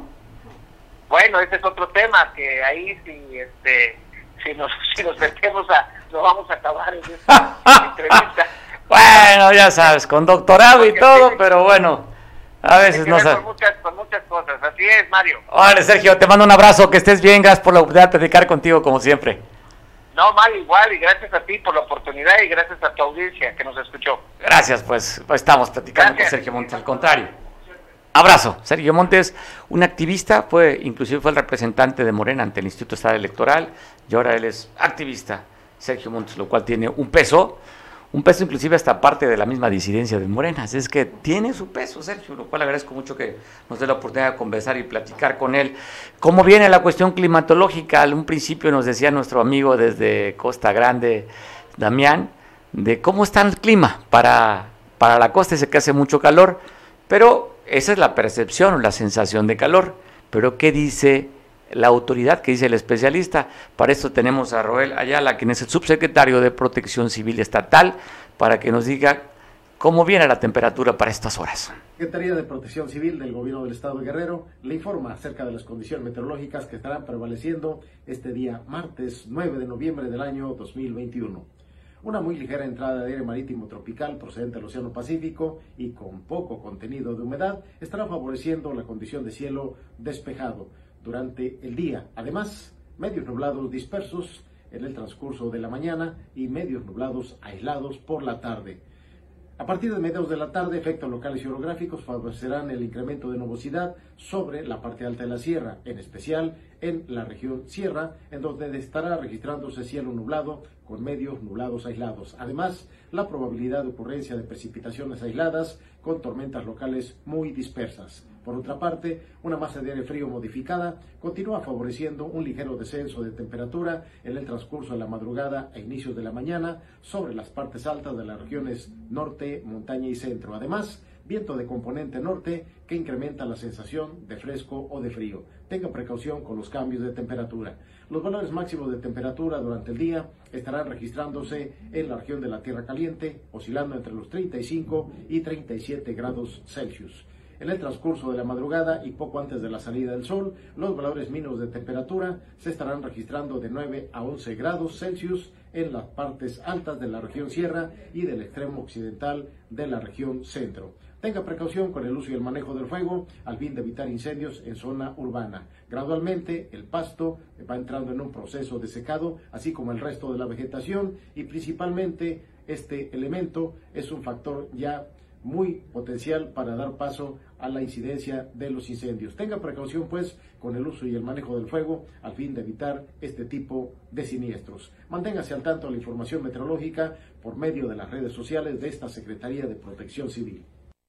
Bueno, ese es otro tema, que ahí si este si nos si nos metemos a, nos vamos a acabar en esta entrevista. Bueno, ya sabes, con doctorado y Porque todo, sí, pero bueno, a veces no sabes. Con muchas, con muchas cosas, así es, Mario. Vale, Sergio, te mando un abrazo, que estés bien, gracias por la oportunidad de platicar contigo como siempre. No, Mario, igual, y gracias a ti por la oportunidad y gracias a tu audiencia que nos escuchó. Gracias, pues, pues estamos platicando Gracias. con Sergio Montes, al contrario. Abrazo. Sergio Montes, un activista, fue inclusive fue el representante de Morena ante el Instituto Estatal Electoral y ahora él es activista, Sergio Montes, lo cual tiene un peso, un peso inclusive hasta parte de la misma disidencia de Morena, así es que tiene su peso, Sergio, lo cual agradezco mucho que nos dé la oportunidad de conversar y platicar con él. ¿Cómo viene la cuestión climatológica? Al un principio nos decía nuestro amigo desde Costa Grande, Damián, de cómo está el clima para, para la costa, dice que hace mucho calor, pero esa es la percepción o la sensación de calor. Pero ¿qué dice la autoridad? ¿Qué dice el especialista? Para esto tenemos a Roel Ayala, quien es el subsecretario de Protección Civil Estatal, para que nos diga ¿Cómo viene la temperatura para estas horas? La Secretaría de Protección Civil del Gobierno del Estado de Guerrero le informa acerca de las condiciones meteorológicas que estarán prevaleciendo este día martes nueve de noviembre del año dos mil veintiuno. Una muy ligera entrada de aire marítimo tropical procedente del Océano Pacífico y con poco contenido de humedad estará favoreciendo la condición de cielo despejado durante el día. Además, medios nublados dispersos en el transcurso de la mañana y medios nublados aislados por la tarde. A partir de mediados de la tarde, efectos locales y orográficos favorecerán el incremento de nubosidad sobre la parte alta de la sierra, en especial en la región sierra, en donde estará registrándose cielo nublado con medios nublados aislados. Además, la probabilidad de ocurrencia de precipitaciones aisladas con tormentas locales muy dispersas. Por otra parte, una masa de aire frío modificada continúa favoreciendo un ligero descenso de temperatura en el transcurso de la madrugada e inicios de la mañana sobre las partes altas de las regiones norte, montaña y centro. Además, viento de componente norte que incrementa la sensación de fresco o de frío. Tenga precaución con los cambios de temperatura. Los valores máximos de temperatura durante el día estarán registrándose en la región de la Tierra Caliente, oscilando entre los treinta y cinco y treinta y siete grados Celsius. En el transcurso de la madrugada y poco antes de la salida del sol, los valores mínimos de temperatura se estarán registrando de nueve a once grados Celsius en las partes altas de la región sierra y del extremo occidental de la región centro. Tenga precaución con el uso y el manejo del fuego al fin de evitar incendios en zona urbana. Gradualmente el pasto va entrando en un proceso de secado, así como el resto de la vegetación, y principalmente este elemento es un factor ya muy potencial para dar paso a la incidencia de los incendios. Tenga precaución pues con el uso y el manejo del fuego al fin de evitar este tipo de siniestros. Manténgase al tanto de la información meteorológica por medio de las redes sociales de esta Secretaría de Protección Civil.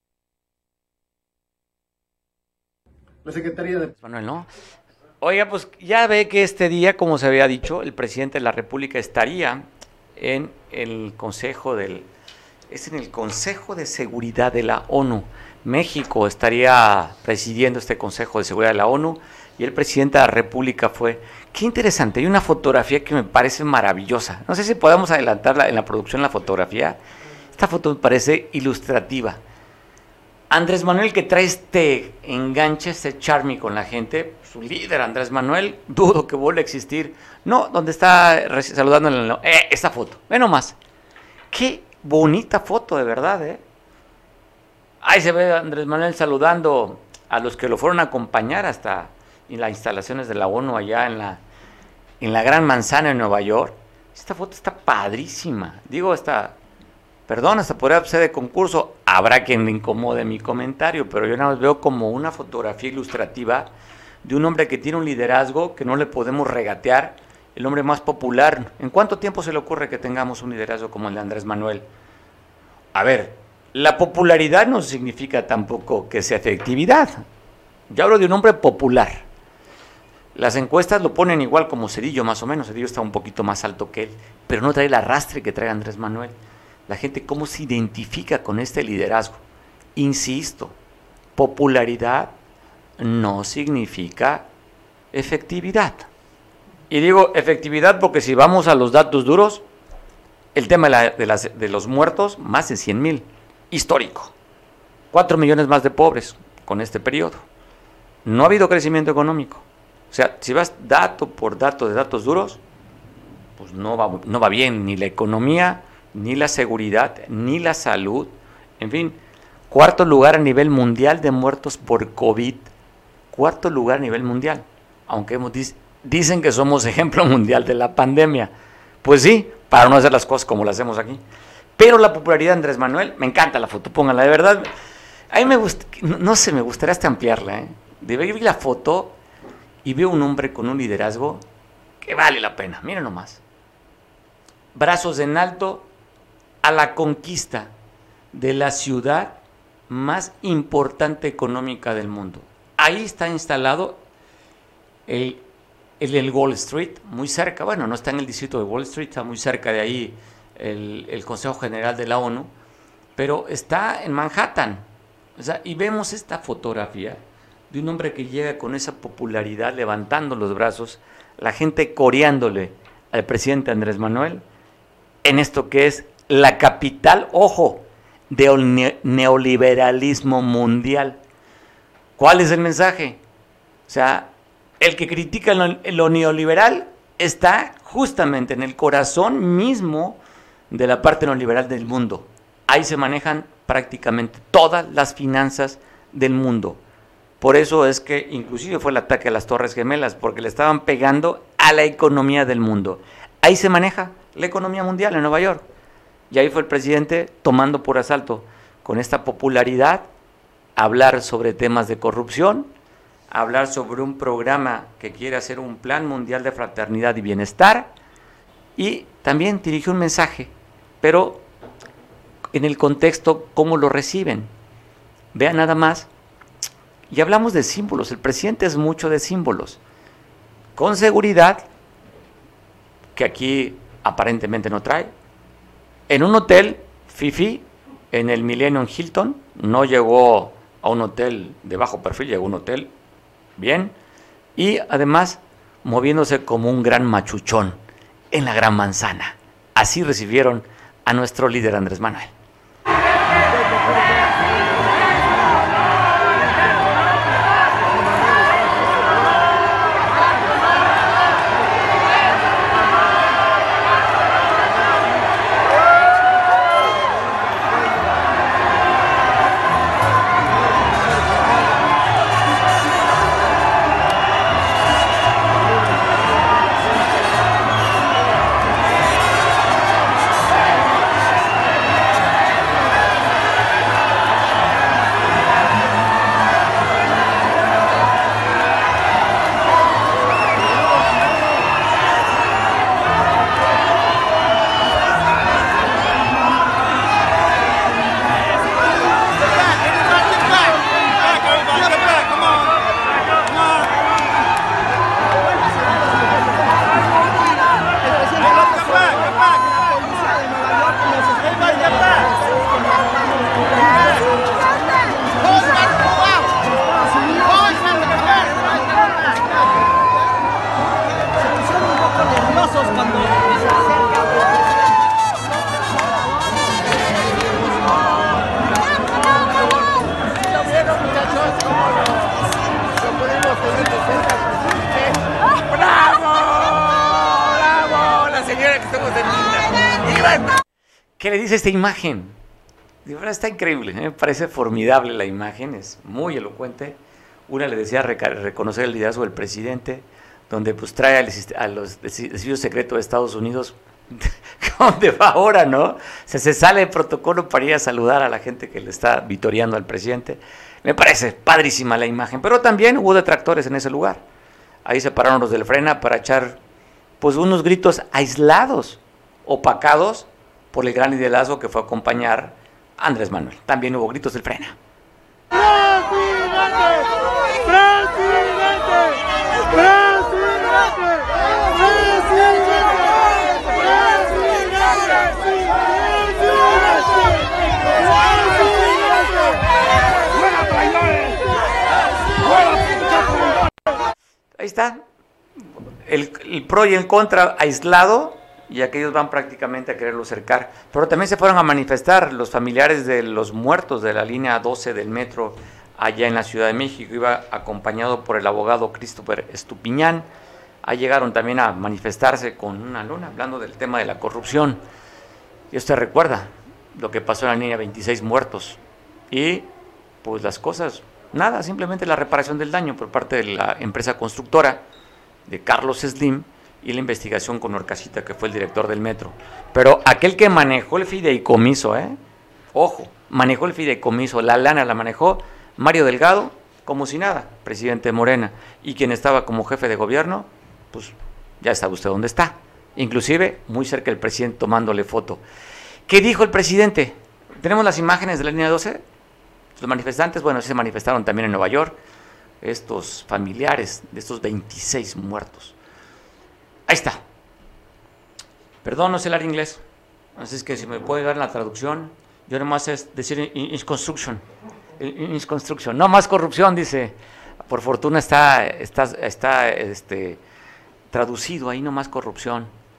La Secretaría de... Manuel, ¿no? Oiga, pues ya ve que este día, como se había dicho, el presidente de la República estaría en el Consejo del... es en el Consejo de Seguridad de la ONU. México estaría presidiendo este Consejo de Seguridad de la ONU y el presidente de la República fue. Qué interesante, hay una fotografía que me parece maravillosa. No sé si podemos adelantarla en la producción, la fotografía. Esta foto me parece ilustrativa. Andrés Manuel, que trae este enganche, este charme con la gente, su líder Andrés Manuel, dudo que vuelva a existir. No, donde está saludando, eh, esta foto, ve nomás. Qué bonita foto, de verdad, ¿eh? Ahí se ve a Andrés Manuel saludando a los que lo fueron a acompañar hasta en las instalaciones de la ONU allá en la, en la Gran Manzana en Nueva York. Esta foto está padrísima. Digo, está, perdón, hasta podría ser de concurso. Habrá quien le incomode mi comentario, pero yo nada más veo como una fotografía ilustrativa de un hombre que tiene un liderazgo que no le podemos regatear. El hombre más popular. ¿En cuánto tiempo se le ocurre que tengamos un liderazgo como el de Andrés Manuel? A ver, la popularidad no significa tampoco que sea efectividad. Yo hablo de un hombre popular. Las encuestas lo ponen igual como Cedillo, más o menos. Cedillo está un poquito más alto que él, pero no trae el arrastre que trae Andrés Manuel. La gente, ¿cómo se identifica con este liderazgo? Insisto, popularidad no significa efectividad. Y digo efectividad porque si vamos a los datos duros, el tema de, la, de, las, de los muertos, más de cien mil, histórico. Cuatro millones más de pobres con este periodo. No ha habido crecimiento económico. O sea, si vas dato por dato de datos duros, pues no va, no va bien ni la economía, ni la seguridad, ni la salud. En fin, cuarto lugar a nivel mundial de muertos por COVID. Cuarto lugar a nivel mundial. Aunque hemos dicho... Dicen que somos ejemplo mundial de la pandemia. Pues sí, para no hacer las cosas como las hacemos aquí. Pero la popularidad de Andrés Manuel, me encanta la foto, pónganla, de verdad. A mí me gusta, no, no sé, me gustaría hasta ampliarla, ¿eh? De ver la foto y veo un hombre con un liderazgo que vale la pena. Miren nomás. Brazos en alto a la conquista de la ciudad más importante económica del mundo. Ahí está instalado el El, el Wall Street, muy cerca, bueno, no está en el distrito de Wall Street, está muy cerca de ahí el, el Consejo General de la ONU, pero está en Manhattan. O sea, y vemos esta fotografía de un hombre que llega con esa popularidad, levantando los brazos, la gente coreándole al presidente Andrés Manuel, en esto que es la capital, ojo, del neoliberalismo mundial. ¿Cuál es el mensaje? O sea, el que critica lo, lo neoliberal está justamente en el corazón mismo de la parte neoliberal del mundo. Ahí se manejan prácticamente todas las finanzas del mundo. Por eso es que inclusive fue el ataque a las Torres Gemelas, porque le estaban pegando a la economía del mundo. Ahí se maneja la economía mundial en Nueva York. Y ahí fue el presidente tomando por asalto, con esta popularidad, hablar sobre temas de corrupción, hablar sobre un programa que quiere hacer un plan mundial de fraternidad y bienestar, y también dirigió un mensaje, pero en el contexto, cómo lo reciben. Vean nada más, y hablamos de símbolos, el presidente es mucho de símbolos, con seguridad, que aquí aparentemente no trae, en un hotel fifí, en el Millennium Hilton, no llegó a un hotel de bajo perfil, llegó a un hotel bien, y además moviéndose como un gran machuchón en la Gran Manzana. Así recibieron a nuestro líder Andrés Manuel. ¿Qué le dice esta imagen? Está increíble, ¿eh? Me parece formidable la imagen, es muy elocuente. Una le decía reconocer el liderazgo del presidente, donde pues trae al, a los del servicio secreto de Estados Unidos, ¿dónde va ahora, no? O sea, se sale de protocolo para ir a saludar a la gente que le está vitoreando al presidente. Me parece padrísima la imagen, pero también hubo detractores en ese lugar. Ahí se pararon los del Frena para echar pues unos gritos aislados, opacados por el gran liderazgo que fue a acompañar a Andrés Manuel. También hubo gritos del Frena. ¡Presidente! ¡Presidente! ¡Presidente! ¡Presidente! Ahí está. El, el pro y el contra aislado, y aquellos van prácticamente a quererlo cercar. Pero también se fueron a manifestar los familiares de los muertos de la línea doce del metro allá en la Ciudad de México. Iba acompañado por el abogado Christopher Estupiñán. Ahí llegaron también a manifestarse con una lona hablando del tema de la corrupción. Y usted recuerda lo que pasó en la línea veintiséis, muertos. Y pues las cosas, nada, simplemente la reparación del daño por parte de la empresa constructora de Carlos Slim y la investigación con Orcasita, que fue el director del metro. Pero aquel que manejó el fideicomiso, ¿eh? Ojo, manejó el fideicomiso, la lana la manejó Mario Delgado, como si nada, presidente de Morena, y quien estaba como jefe de gobierno, pues ya sabe usted dónde está, inclusive muy cerca del presidente tomándole foto. ¿Qué dijo el presidente? Tenemos las imágenes de la línea doce, los manifestantes, bueno, sí se manifestaron también en Nueva York, estos familiares de estos veintiséis muertos. Ahí está. Perdón, no sé hablar inglés, así es que si me puede dar la traducción, yo nomás es decir in, in construction, in, in construction, no más corrupción, dice. Por fortuna está, está, está este, traducido ahí, no más corrupción.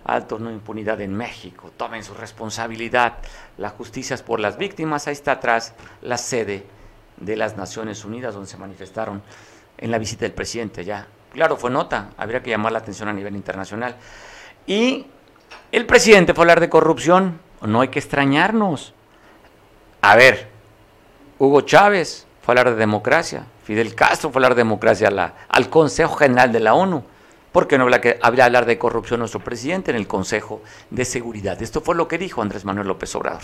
alto, no impunidad en México, tomen su responsabilidad, la justicia es por las víctimas. Ahí está atrás la sede de las Naciones Unidas donde se manifestaron en la visita del presidente. Ya, claro, fue nota, habría que llamar la atención a nivel internacional. Y el presidente fue a hablar de corrupción, no hay que extrañarnos. A ver, Hugo Chávez fue a hablar de democracia, Fidel Castro fue a hablar de democracia a la, al Consejo General de la ONU. ¿Por qué no habla, que, habla hablar de corrupción nuestro presidente en el Consejo de Seguridad? Esto fue lo que dijo Andrés Manuel López Obrador.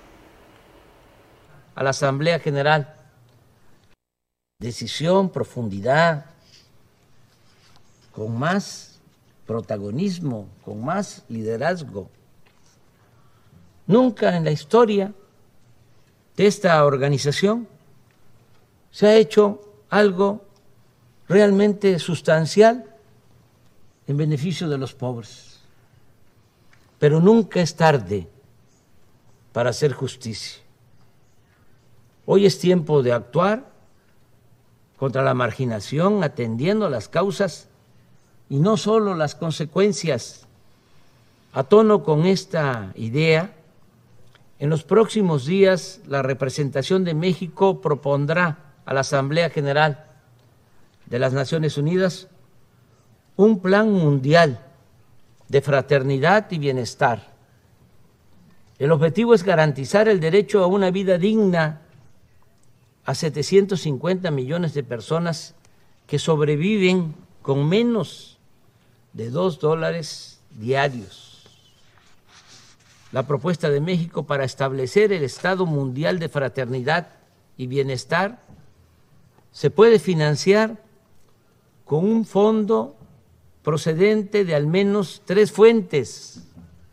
A la Asamblea General, decisión, profundidad, con más protagonismo, con más liderazgo. Nunca en la historia de esta organización se ha hecho algo realmente sustancial en beneficio de los pobres. Pero nunca es tarde para hacer justicia. Hoy es tiempo de actuar contra la marginación, atendiendo las causas y no solo las consecuencias. A tono con esta idea, en los próximos días la representación de México propondrá a la Asamblea General de las Naciones Unidas un plan mundial de fraternidad y bienestar. El objetivo es garantizar el derecho a una vida digna a setecientos cincuenta millones de personas que sobreviven con menos de dos dólares diarios. La propuesta de México para establecer el Estado Mundial de Fraternidad y Bienestar se puede financiar con un fondo procedente de al menos tres fuentes: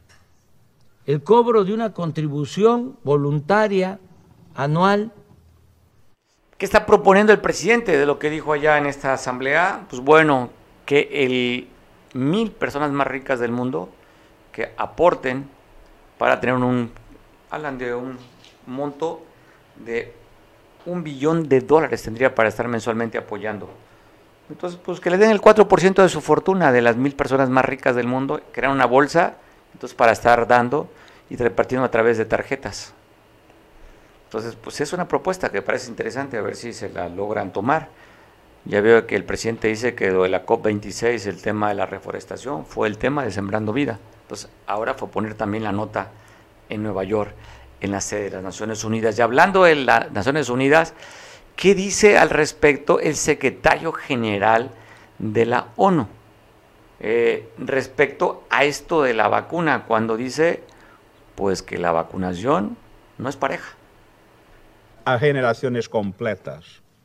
el cobro de una contribución voluntaria anual. ¿Qué está proponiendo el presidente de lo que dijo allá en esta asamblea? Pues bueno, que el mil personas más ricas del mundo que aporten para tener un, hablan de un monto de un billón de dólares tendría para estar mensualmente apoyando. Entonces, pues que le den el cuatro por ciento de su fortuna de las mil personas más ricas del mundo, crear una bolsa, entonces para estar dando y repartiendo a través de tarjetas. Entonces, pues es una propuesta que parece interesante, a ver si se la logran tomar. Ya veo que el presidente dice que lo de la COP veintiséis, el tema de la reforestación, fue el tema de Sembrando Vida. Entonces, ahora fue poner también la nota en Nueva York, en la sede de las Naciones Unidas. Y hablando de las Naciones Unidas, ¿qué dice al respecto el secretario general de la ONU? Eh, respecto a esto de la vacuna, cuando dice, pues que la vacunación no es pareja. A generaciones completas.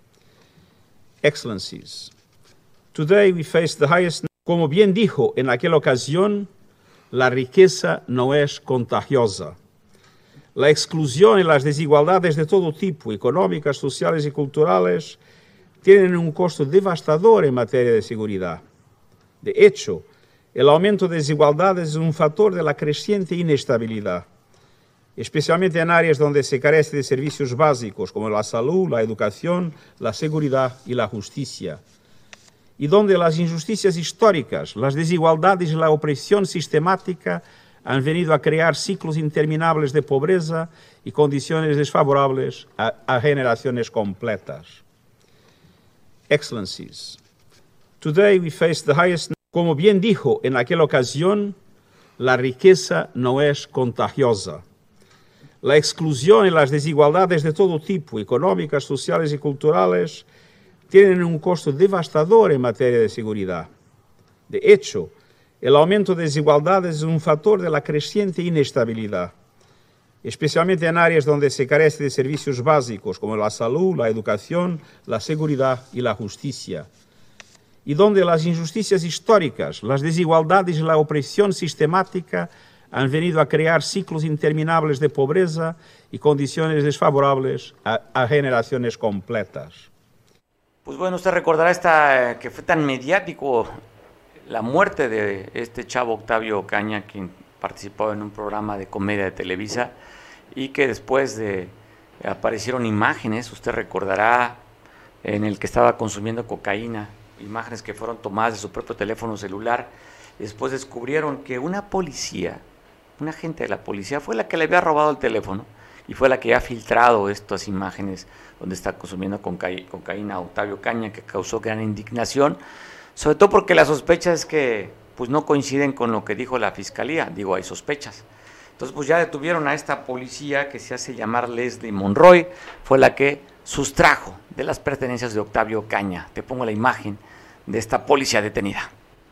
Excellencies, today we face the highest... Como bien dijo en aquella ocasión, la riqueza no es contagiosa. La exclusión y las desigualdades de todo tipo, económicas, sociales y culturales, tienen un costo devastador en materia de seguridad. De hecho, el aumento de desigualdades es un factor de la creciente inestabilidad, especialmente en áreas donde se carece de servicios básicos como la salud, la educación, la seguridad y la justicia, y donde las injusticias históricas, las desigualdades y la opresión sistemática han venido a crear ciclos interminables de pobreza y condiciones desfavorables a, a generaciones completas. Excellencies, today we face the highest... Como bien dijo en aquella ocasión, la riqueza no es contagiosa. La exclusión y las desigualdades de todo tipo, económicas, sociales y culturales, tienen un costo devastador en materia de seguridad. De hecho, el aumento de desigualdades es un factor de la creciente inestabilidad, especialmente en áreas donde se carece de servicios básicos como la salud, la educación, la seguridad y la justicia, y donde las injusticias históricas, las desigualdades y la opresión sistemática han venido a crear ciclos interminables de pobreza y condiciones desfavorables a, a generaciones completas. Pues bueno, usted recordará esta que fue tan mediático la muerte de este chavo Octavio Ocaña, quien participó en un programa de comedia de Televisa y que después de aparecieron imágenes, usted recordará, en el que estaba consumiendo cocaína, imágenes que fueron tomadas de su propio teléfono celular, Después descubrieron que una policía, un agente de la policía, fue la que le había robado el teléfono y fue la que ha filtrado estas imágenes donde está consumiendo coca- cocaína a Octavio Caña, que causó gran indignación, sobre todo porque la sospecha es que pues no coinciden con lo que dijo la fiscalía, digo, hay sospechas. Entonces pues ya detuvieron a esta policía que se hace llamar Leslie Monroy, fue la que sustrajo de las pertenencias de Octavio Caña. Te pongo la imagen de esta policía detenida.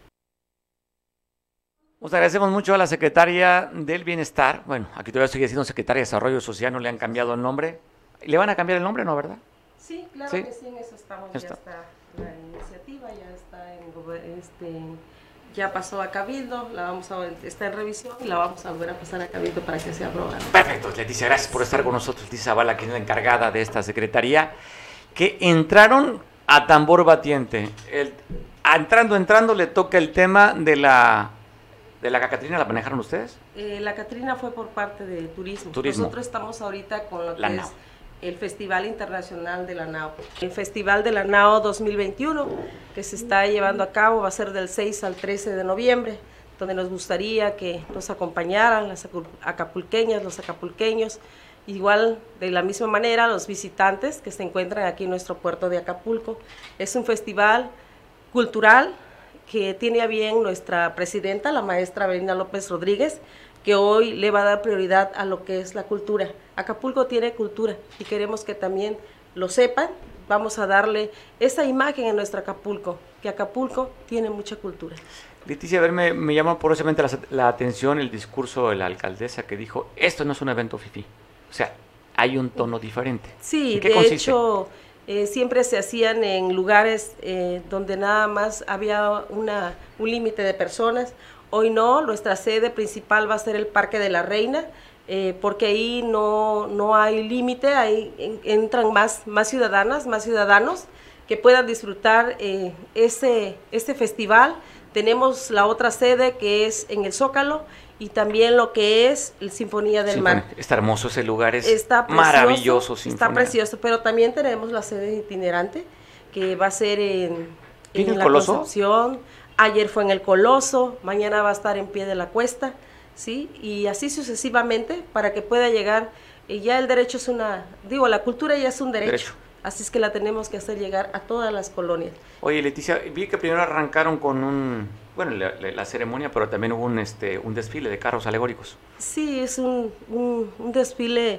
Nos agradecemos mucho a la secretaria del Bienestar, bueno, aquí todavía sigue siendo secretaria de Desarrollo Social, no le han cambiado el nombre. ¿Le van a cambiar el nombre, no, verdad? Sí, claro ¿Sí? que sí, en eso estamos, ya está, está la iniciativa, ya está en, este, ya pasó a Cabildo, la vamos a, está en revisión y la vamos a volver a pasar a Cabildo para que sea aprobada. Perfecto, Leticia, gracias por estar con nosotros. Leticia Zavala, quien es la encargada de esta secretaría, que entraron a tambor batiente. El, entrando, entrando, le toca el tema de la... ¿De la Catrina la manejaron ustedes? Eh, la Catrina fue por parte de turismo. Turismo. Nosotros estamos ahorita con lo que la es Nao. El Festival Internacional de la Nao. El Festival de la Nao dos mil veintiuno, que se está llevando a cabo, va a ser del seis al trece de noviembre, donde nos gustaría que nos acompañaran las acapulqueñas, los acapulqueños, igual de la misma manera los visitantes que se encuentran aquí en nuestro puerto de Acapulco. Es un festival cultural que tiene a bien nuestra presidenta, la maestra Belinda López Rodríguez, que hoy le va a dar prioridad a lo que es la cultura. Acapulco tiene cultura y queremos que también lo sepan. Vamos a darle esa imagen en nuestro Acapulco, que Acapulco tiene mucha cultura. Leticia, a ver, me, me llama porosamente la, la atención el discurso de la alcaldesa que dijo, esto no es un evento fifí, o sea, hay un tono diferente. Sí, ¿En qué de consiste? hecho... Eh, siempre se hacían en lugares eh, donde nada más había una, un límite de personas. Hoy no, nuestra sede principal va a ser el Parque de la Reina, eh, porque ahí no, no hay límite, ahí en, entran más, más ciudadanas, más ciudadanos que puedan disfrutar eh, ese, ese festival. Tenemos la otra sede que es en el Zócalo y también lo que es el Sinfonía del Sinfonía. Mar. Está hermoso ese lugar, es está precioso, maravilloso. Sinfonía. Está precioso, pero también tenemos la sede itinerante que va a ser en, ¿En, en el la Coloso? Concepción. Ayer fue en el Coloso, mañana va a estar en Pie de la Cuesta, ¿sí? Y así sucesivamente para que pueda llegar. Y ya el derecho es una, digo, la cultura ya es un derecho. derecho. Así es que la tenemos que hacer llegar a todas las colonias. Oye, Leticia, vi que primero arrancaron con un, bueno, la, la, la ceremonia, pero también hubo un, este, un desfile de carros alegóricos. Sí, es un, un, un desfile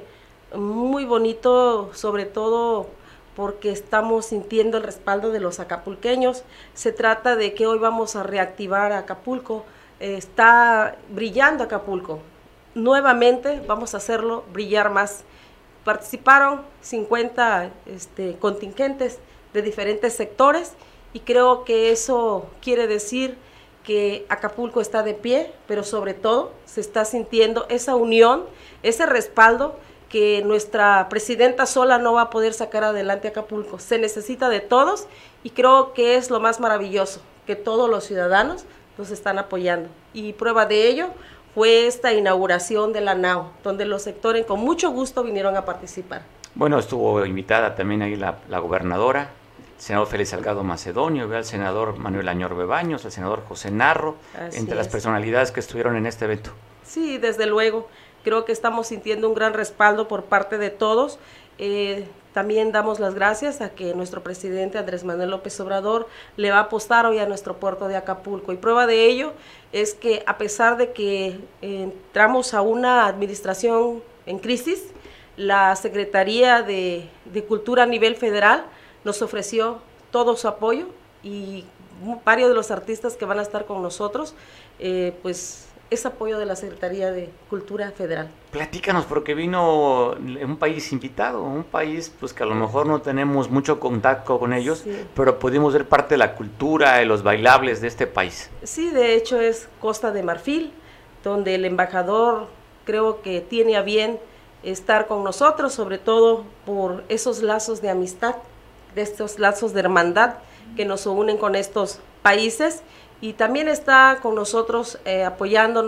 muy bonito, sobre todo porque estamos sintiendo el respaldo de los acapulqueños. Se trata de que hoy vamos a reactivar a Acapulco, eh, está brillando Acapulco. Nuevamente vamos a hacerlo brillar más. Participaron cincuenta este, contingentes de diferentes sectores y creo que eso quiere decir que Acapulco está de pie, pero sobre todo se está sintiendo esa unión, ese respaldo que nuestra presidenta sola no va a poder sacar adelante Acapulco. Se necesita de todos y creo que es lo más maravilloso, que todos los ciudadanos nos están apoyando. Y prueba de ello fue esta inauguración de la Nao, donde los sectores con mucho gusto vinieron a participar. Bueno, estuvo invitada también ahí la, la gobernadora, el senador Félix Salgado Macedonio, el senador Manuel Añorbe Baños, el senador José Narro, Así entre es. las personalidades que estuvieron en este evento. Sí, desde luego, creo que estamos sintiendo un gran respaldo por parte de todos. Eh, también damos las gracias a que nuestro presidente Andrés Manuel López Obrador le va a apostar hoy a nuestro puerto de Acapulco. Y prueba de ello es que a pesar de que eh, entramos a una administración en crisis, la Secretaría de, de Cultura a nivel federal nos ofreció todo su apoyo y varios de los artistas que van a estar con nosotros, eh, pues es apoyo de la Secretaría de Cultura Federal. Platícanos, porque vino un país invitado, un país pues que a lo mejor no tenemos mucho contacto con ellos, sí. pero pudimos ver parte de la cultura, de los bailables de este país. Sí, de hecho es Costa de Marfil, donde el embajador creo que tiene a bien estar con nosotros, sobre todo por esos lazos de amistad, de estos lazos de hermandad que nos unen con estos países. Y también está con nosotros eh, apoyándonos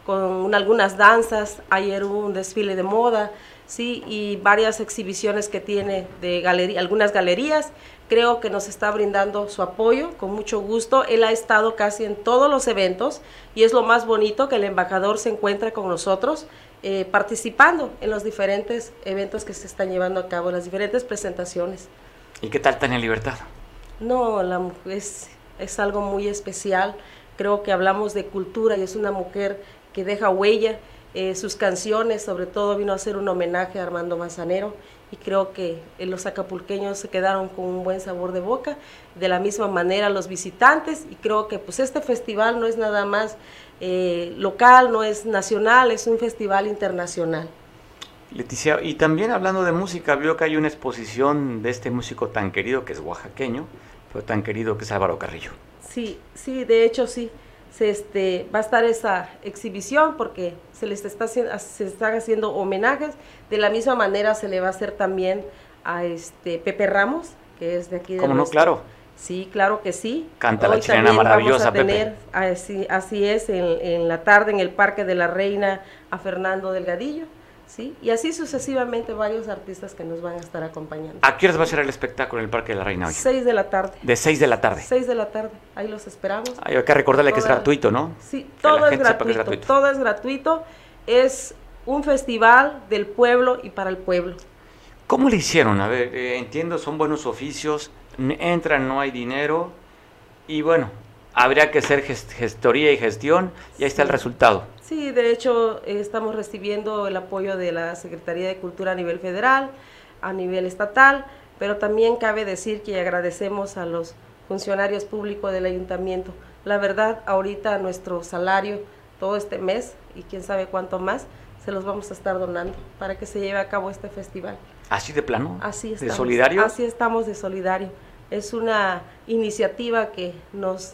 con algunas danzas, ayer hubo un desfile de moda, sí, y varias exhibiciones que tiene de galería, algunas galerías. Creo que nos está brindando su apoyo con mucho gusto. Él ha estado casi en todos los eventos y es lo más bonito que el embajador se encuentra con nosotros eh, participando en los diferentes eventos que se están llevando a cabo, las diferentes presentaciones. ¿Y qué tal Tania Libertad? No, la, es, es algo muy especial. Creo que hablamos de cultura y es una mujer que deja huella. Eh, sus canciones, sobre todo, vino a hacer un homenaje a Armando Manzanero y creo que eh, los acapulqueños se quedaron con un buen sabor de boca, de la misma manera los visitantes, y creo que pues este festival no es nada más eh, local, no es nacional, es un festival internacional. Leticia, y también hablando de música, veo que hay una exposición de este músico tan querido que es oaxaqueño, pero tan querido que es Álvaro Carrillo. Sí, sí, de hecho sí. Se, este, va a estar esa exhibición porque se les está haciendo, se están haciendo homenajes. De la misma manera se le va a hacer también a este Pepe Ramos, que es de aquí de ¿Cómo no? Claro. Sí, claro que sí. Canta Hoy la chilena maravillosa, vamos a tener, Pepe. Así, así es, en, en la tarde en el Parque de la Reina a Fernando Delgadillo, ¿sí? Y así sucesivamente varios artistas que nos van a estar acompañando. ¿A qué horas va a ser el espectáculo en el Parque de la Reina hoy? Seis de la tarde. De seis de la tarde. Seis de la tarde, ahí los esperamos. Hay que recordarle Toda, que es gratuito, ¿no? Sí, todo es gratuito, es gratuito, todo es gratuito. Es un festival del pueblo y para el pueblo. ¿Cómo le hicieron? A ver, eh, entiendo, son buenos oficios, entran, no hay dinero, y bueno, habría que hacer gest gestoría y gestión, y ahí está el resultado. Sí, de hecho, eh, estamos recibiendo el apoyo de la Secretaría de Cultura a nivel federal, a nivel estatal, pero también cabe decir que agradecemos a los funcionarios públicos del ayuntamiento. La verdad, ahorita nuestro salario, todo este mes, y quién sabe cuánto más, se los vamos a estar donando para que se lleve a cabo este festival. ¿Así de plano? Así estamos. ¿De solidario? Así estamos de solidario. Es una iniciativa que nos,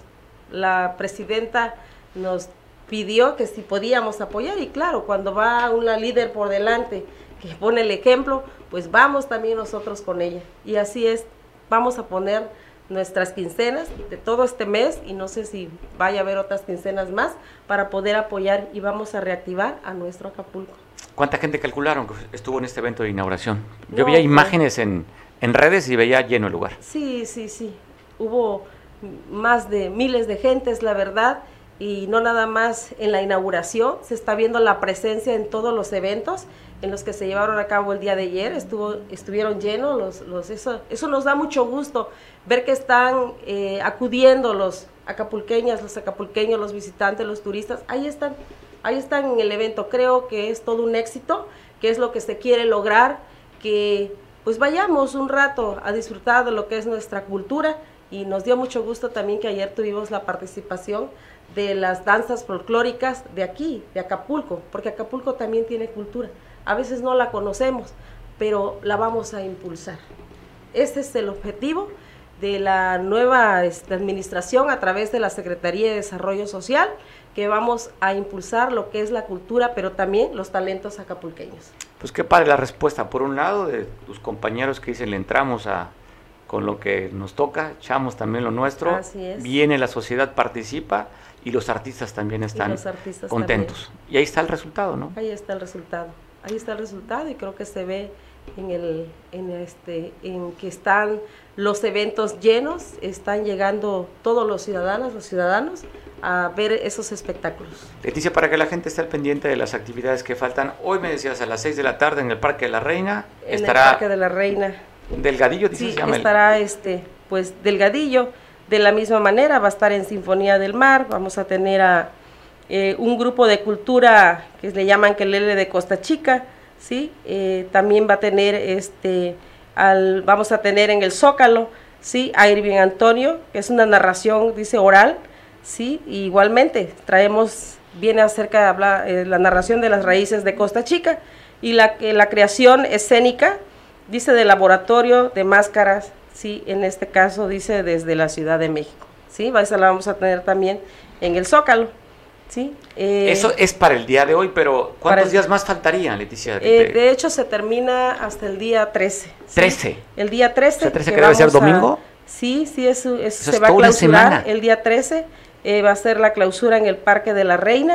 la presidenta nos pidió que si podíamos apoyar, y claro, cuando va una líder por delante que pone el ejemplo, pues vamos también nosotros con ella. Y así es, vamos a poner nuestras quincenas de todo este mes, y no sé si vaya a haber otras quincenas más, para poder apoyar, y vamos a reactivar a nuestro Acapulco. ¿Cuánta gente calcularon que estuvo en este evento de inauguración? Yo No, veía pues, imágenes en, en redes y veía lleno el lugar. Sí, sí, sí. Hubo más de miles de gentes, la verdad, y no nada más en la inauguración, se está viendo la presencia en todos los eventos en los que se llevaron a cabo el día de ayer, estuvo, estuvieron llenos, los, los, eso, eso nos da mucho gusto, ver que están eh, acudiendo los acapulqueñas, los acapulqueños, los visitantes, los turistas, ahí están, ahí están en el evento. Creo que es todo un éxito, que es lo que se quiere lograr, que pues vayamos un rato a disfrutar de lo que es nuestra cultura, y nos dio mucho gusto también que ayer tuvimos la participación de las danzas folclóricas de aquí, de Acapulco, porque Acapulco también tiene cultura. A veces no la conocemos, pero la vamos a impulsar. Este es el objetivo de la nueva este, administración a través de la Secretaría de Desarrollo Social, que vamos a impulsar lo que es la cultura, pero también los talentos acapulqueños. Pues qué padre la respuesta, por un lado, de tus compañeros que dicen, le entramos a con lo que nos toca, echamos también lo nuestro, Así es. Viene la sociedad, participa, y los artistas también están artistas contentos. También. Y ahí está el resultado, ¿no? Ahí está el resultado, ahí está el resultado, y creo que se ve en el, en este, en que están los eventos llenos, están llegando todos los ciudadanos, los ciudadanos, a ver esos espectáculos. Leticia, para que la gente esté al pendiente de las actividades que faltan, hoy me decías a las seis de la tarde en el Parque de la Reina, en estará... el Parque de la Reina. Delgadillo, dices, sí, se llama estará el... este, pues Delgadillo, de la misma manera va a estar en Sinfonía del Mar, vamos a tener a eh, un grupo de cultura que le llaman Quelele de Costa Chica, sí, eh, también va a tener este, al, vamos a tener en el Zócalo, sí, a Irving Antonio, que es una narración, dice oral, sí, y igualmente traemos, viene acerca de hablar eh, la narración de las raíces de Costa Chica, y la, eh, la creación escénica, dice de laboratorio de máscaras, sí, en este caso dice desde la Ciudad de México, sí, esa la vamos a tener también en el Zócalo, sí. Eh, Eso es para el día de hoy, pero ¿cuántos el, días más faltarían, Leticia? Eh, te... De hecho, se termina hasta el día trece. ¿Sí? ¿trece? El día trece. ¿O sea, trece que, que debe ser domingo? A, sí, sí, eso, eso se va a clausurar el día trece, eh, va a ser la clausura en el Parque de la Reina,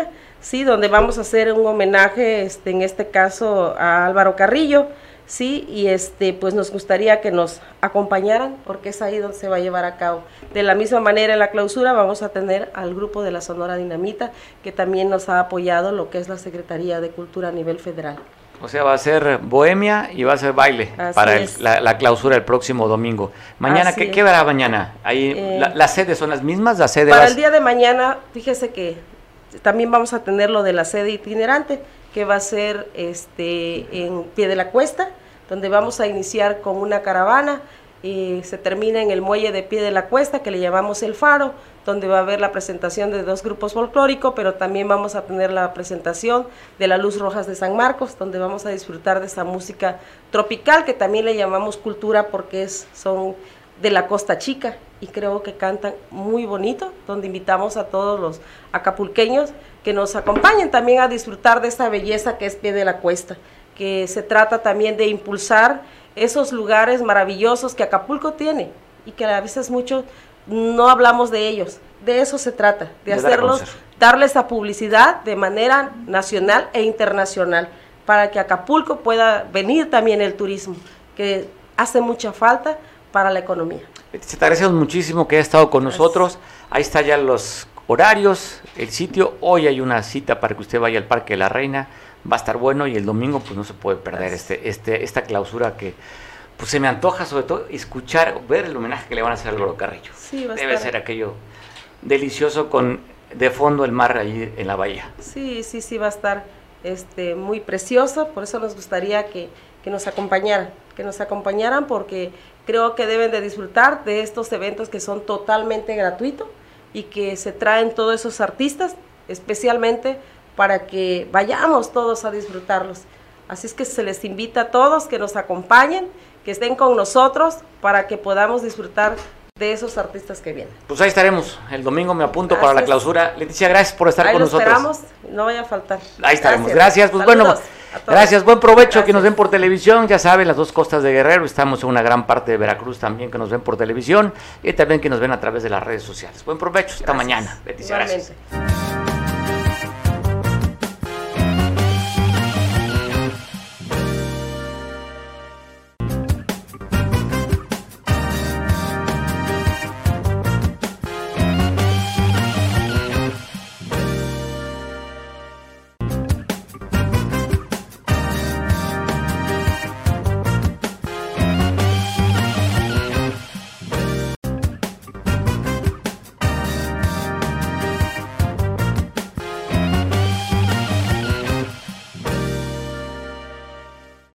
sí, donde vamos a hacer un homenaje, este, en este caso a Álvaro Carrillo, sí, y este, pues nos gustaría que nos acompañaran, porque es ahí donde se va a llevar a cabo. De la misma manera, en la clausura vamos a tener al grupo de la Sonora Dinamita, que también nos ha apoyado lo que es la Secretaría de Cultura a nivel federal. O sea, va a ser bohemia y va a ser baile Así para el, es. la, la clausura el próximo domingo. Mañana, Así ¿qué, es. ¿qué verá mañana? Ahí, Eh, la, ¿Las sedes son las mismas? La sede Para va a- el día de mañana, fíjese que también vamos a tener lo de la sede itinerante, que va a ser este en Pie de la Cuesta, donde vamos a iniciar con una caravana, y se termina en el muelle de Pie de la Cuesta, que le llamamos El Faro, donde va a haber la presentación de dos grupos folclóricos, pero también vamos a tener la presentación de la Luz Rojas de San Marcos, donde vamos a disfrutar de esa música tropical, que también le llamamos cultura porque es, son de la Costa Chica, y creo que cantan muy bonito, donde invitamos a todos los acapulqueños que nos acompañen también a disfrutar de esta belleza que es Pie de la Cuesta, que se trata también de impulsar esos lugares maravillosos que Acapulco tiene, y que a veces mucho no hablamos de ellos. De eso se trata, de, De dar a hacerlos, conocer. darles esa publicidad de manera nacional e internacional, para que Acapulco pueda venir también el turismo, que hace mucha falta para la economía. Te agradecemos muchísimo que haya estado con nosotros. Ahí está ya los horarios, el sitio. Hoy hay una cita para que usted vaya al Parque de la Reina. Va a estar bueno, y el domingo pues no se puede perder este, este, esta clausura que pues se me antoja, sobre todo escuchar, ver el homenaje que le van a hacer a Álvaro Carrillo. Sí, va a Debe estar- ser aquello delicioso con de fondo el mar ahí en la bahía. Sí, sí, sí, va a estar este, muy precioso, por eso nos gustaría que, que nos acompañaran, que nos acompañaran, porque creo que deben de disfrutar de estos eventos que son totalmente gratuitos y que se traen todos esos artistas, especialmente para que vayamos todos a disfrutarlos. Así es que se les invita a todos que nos acompañen, que estén con nosotros para que podamos disfrutar de esos artistas que vienen. Pues ahí estaremos. El domingo me apunto para la Gracias. clausura. Leticia, gracias por estar Ahí con lo nosotros. esperamos, no vaya a faltar. Ahí estaremos. Gracias. Pues bueno, Saludos a todos. gracias. Buen provecho. Gracias. Que nos ven por televisión. Ya saben, las dos costas de Guerrero. Estamos en una gran parte de Veracruz también que nos ven por televisión. Y también que nos ven a través de las redes sociales. Buen provecho. Hasta Gracias. mañana. Leticia, gracias. Igualmente.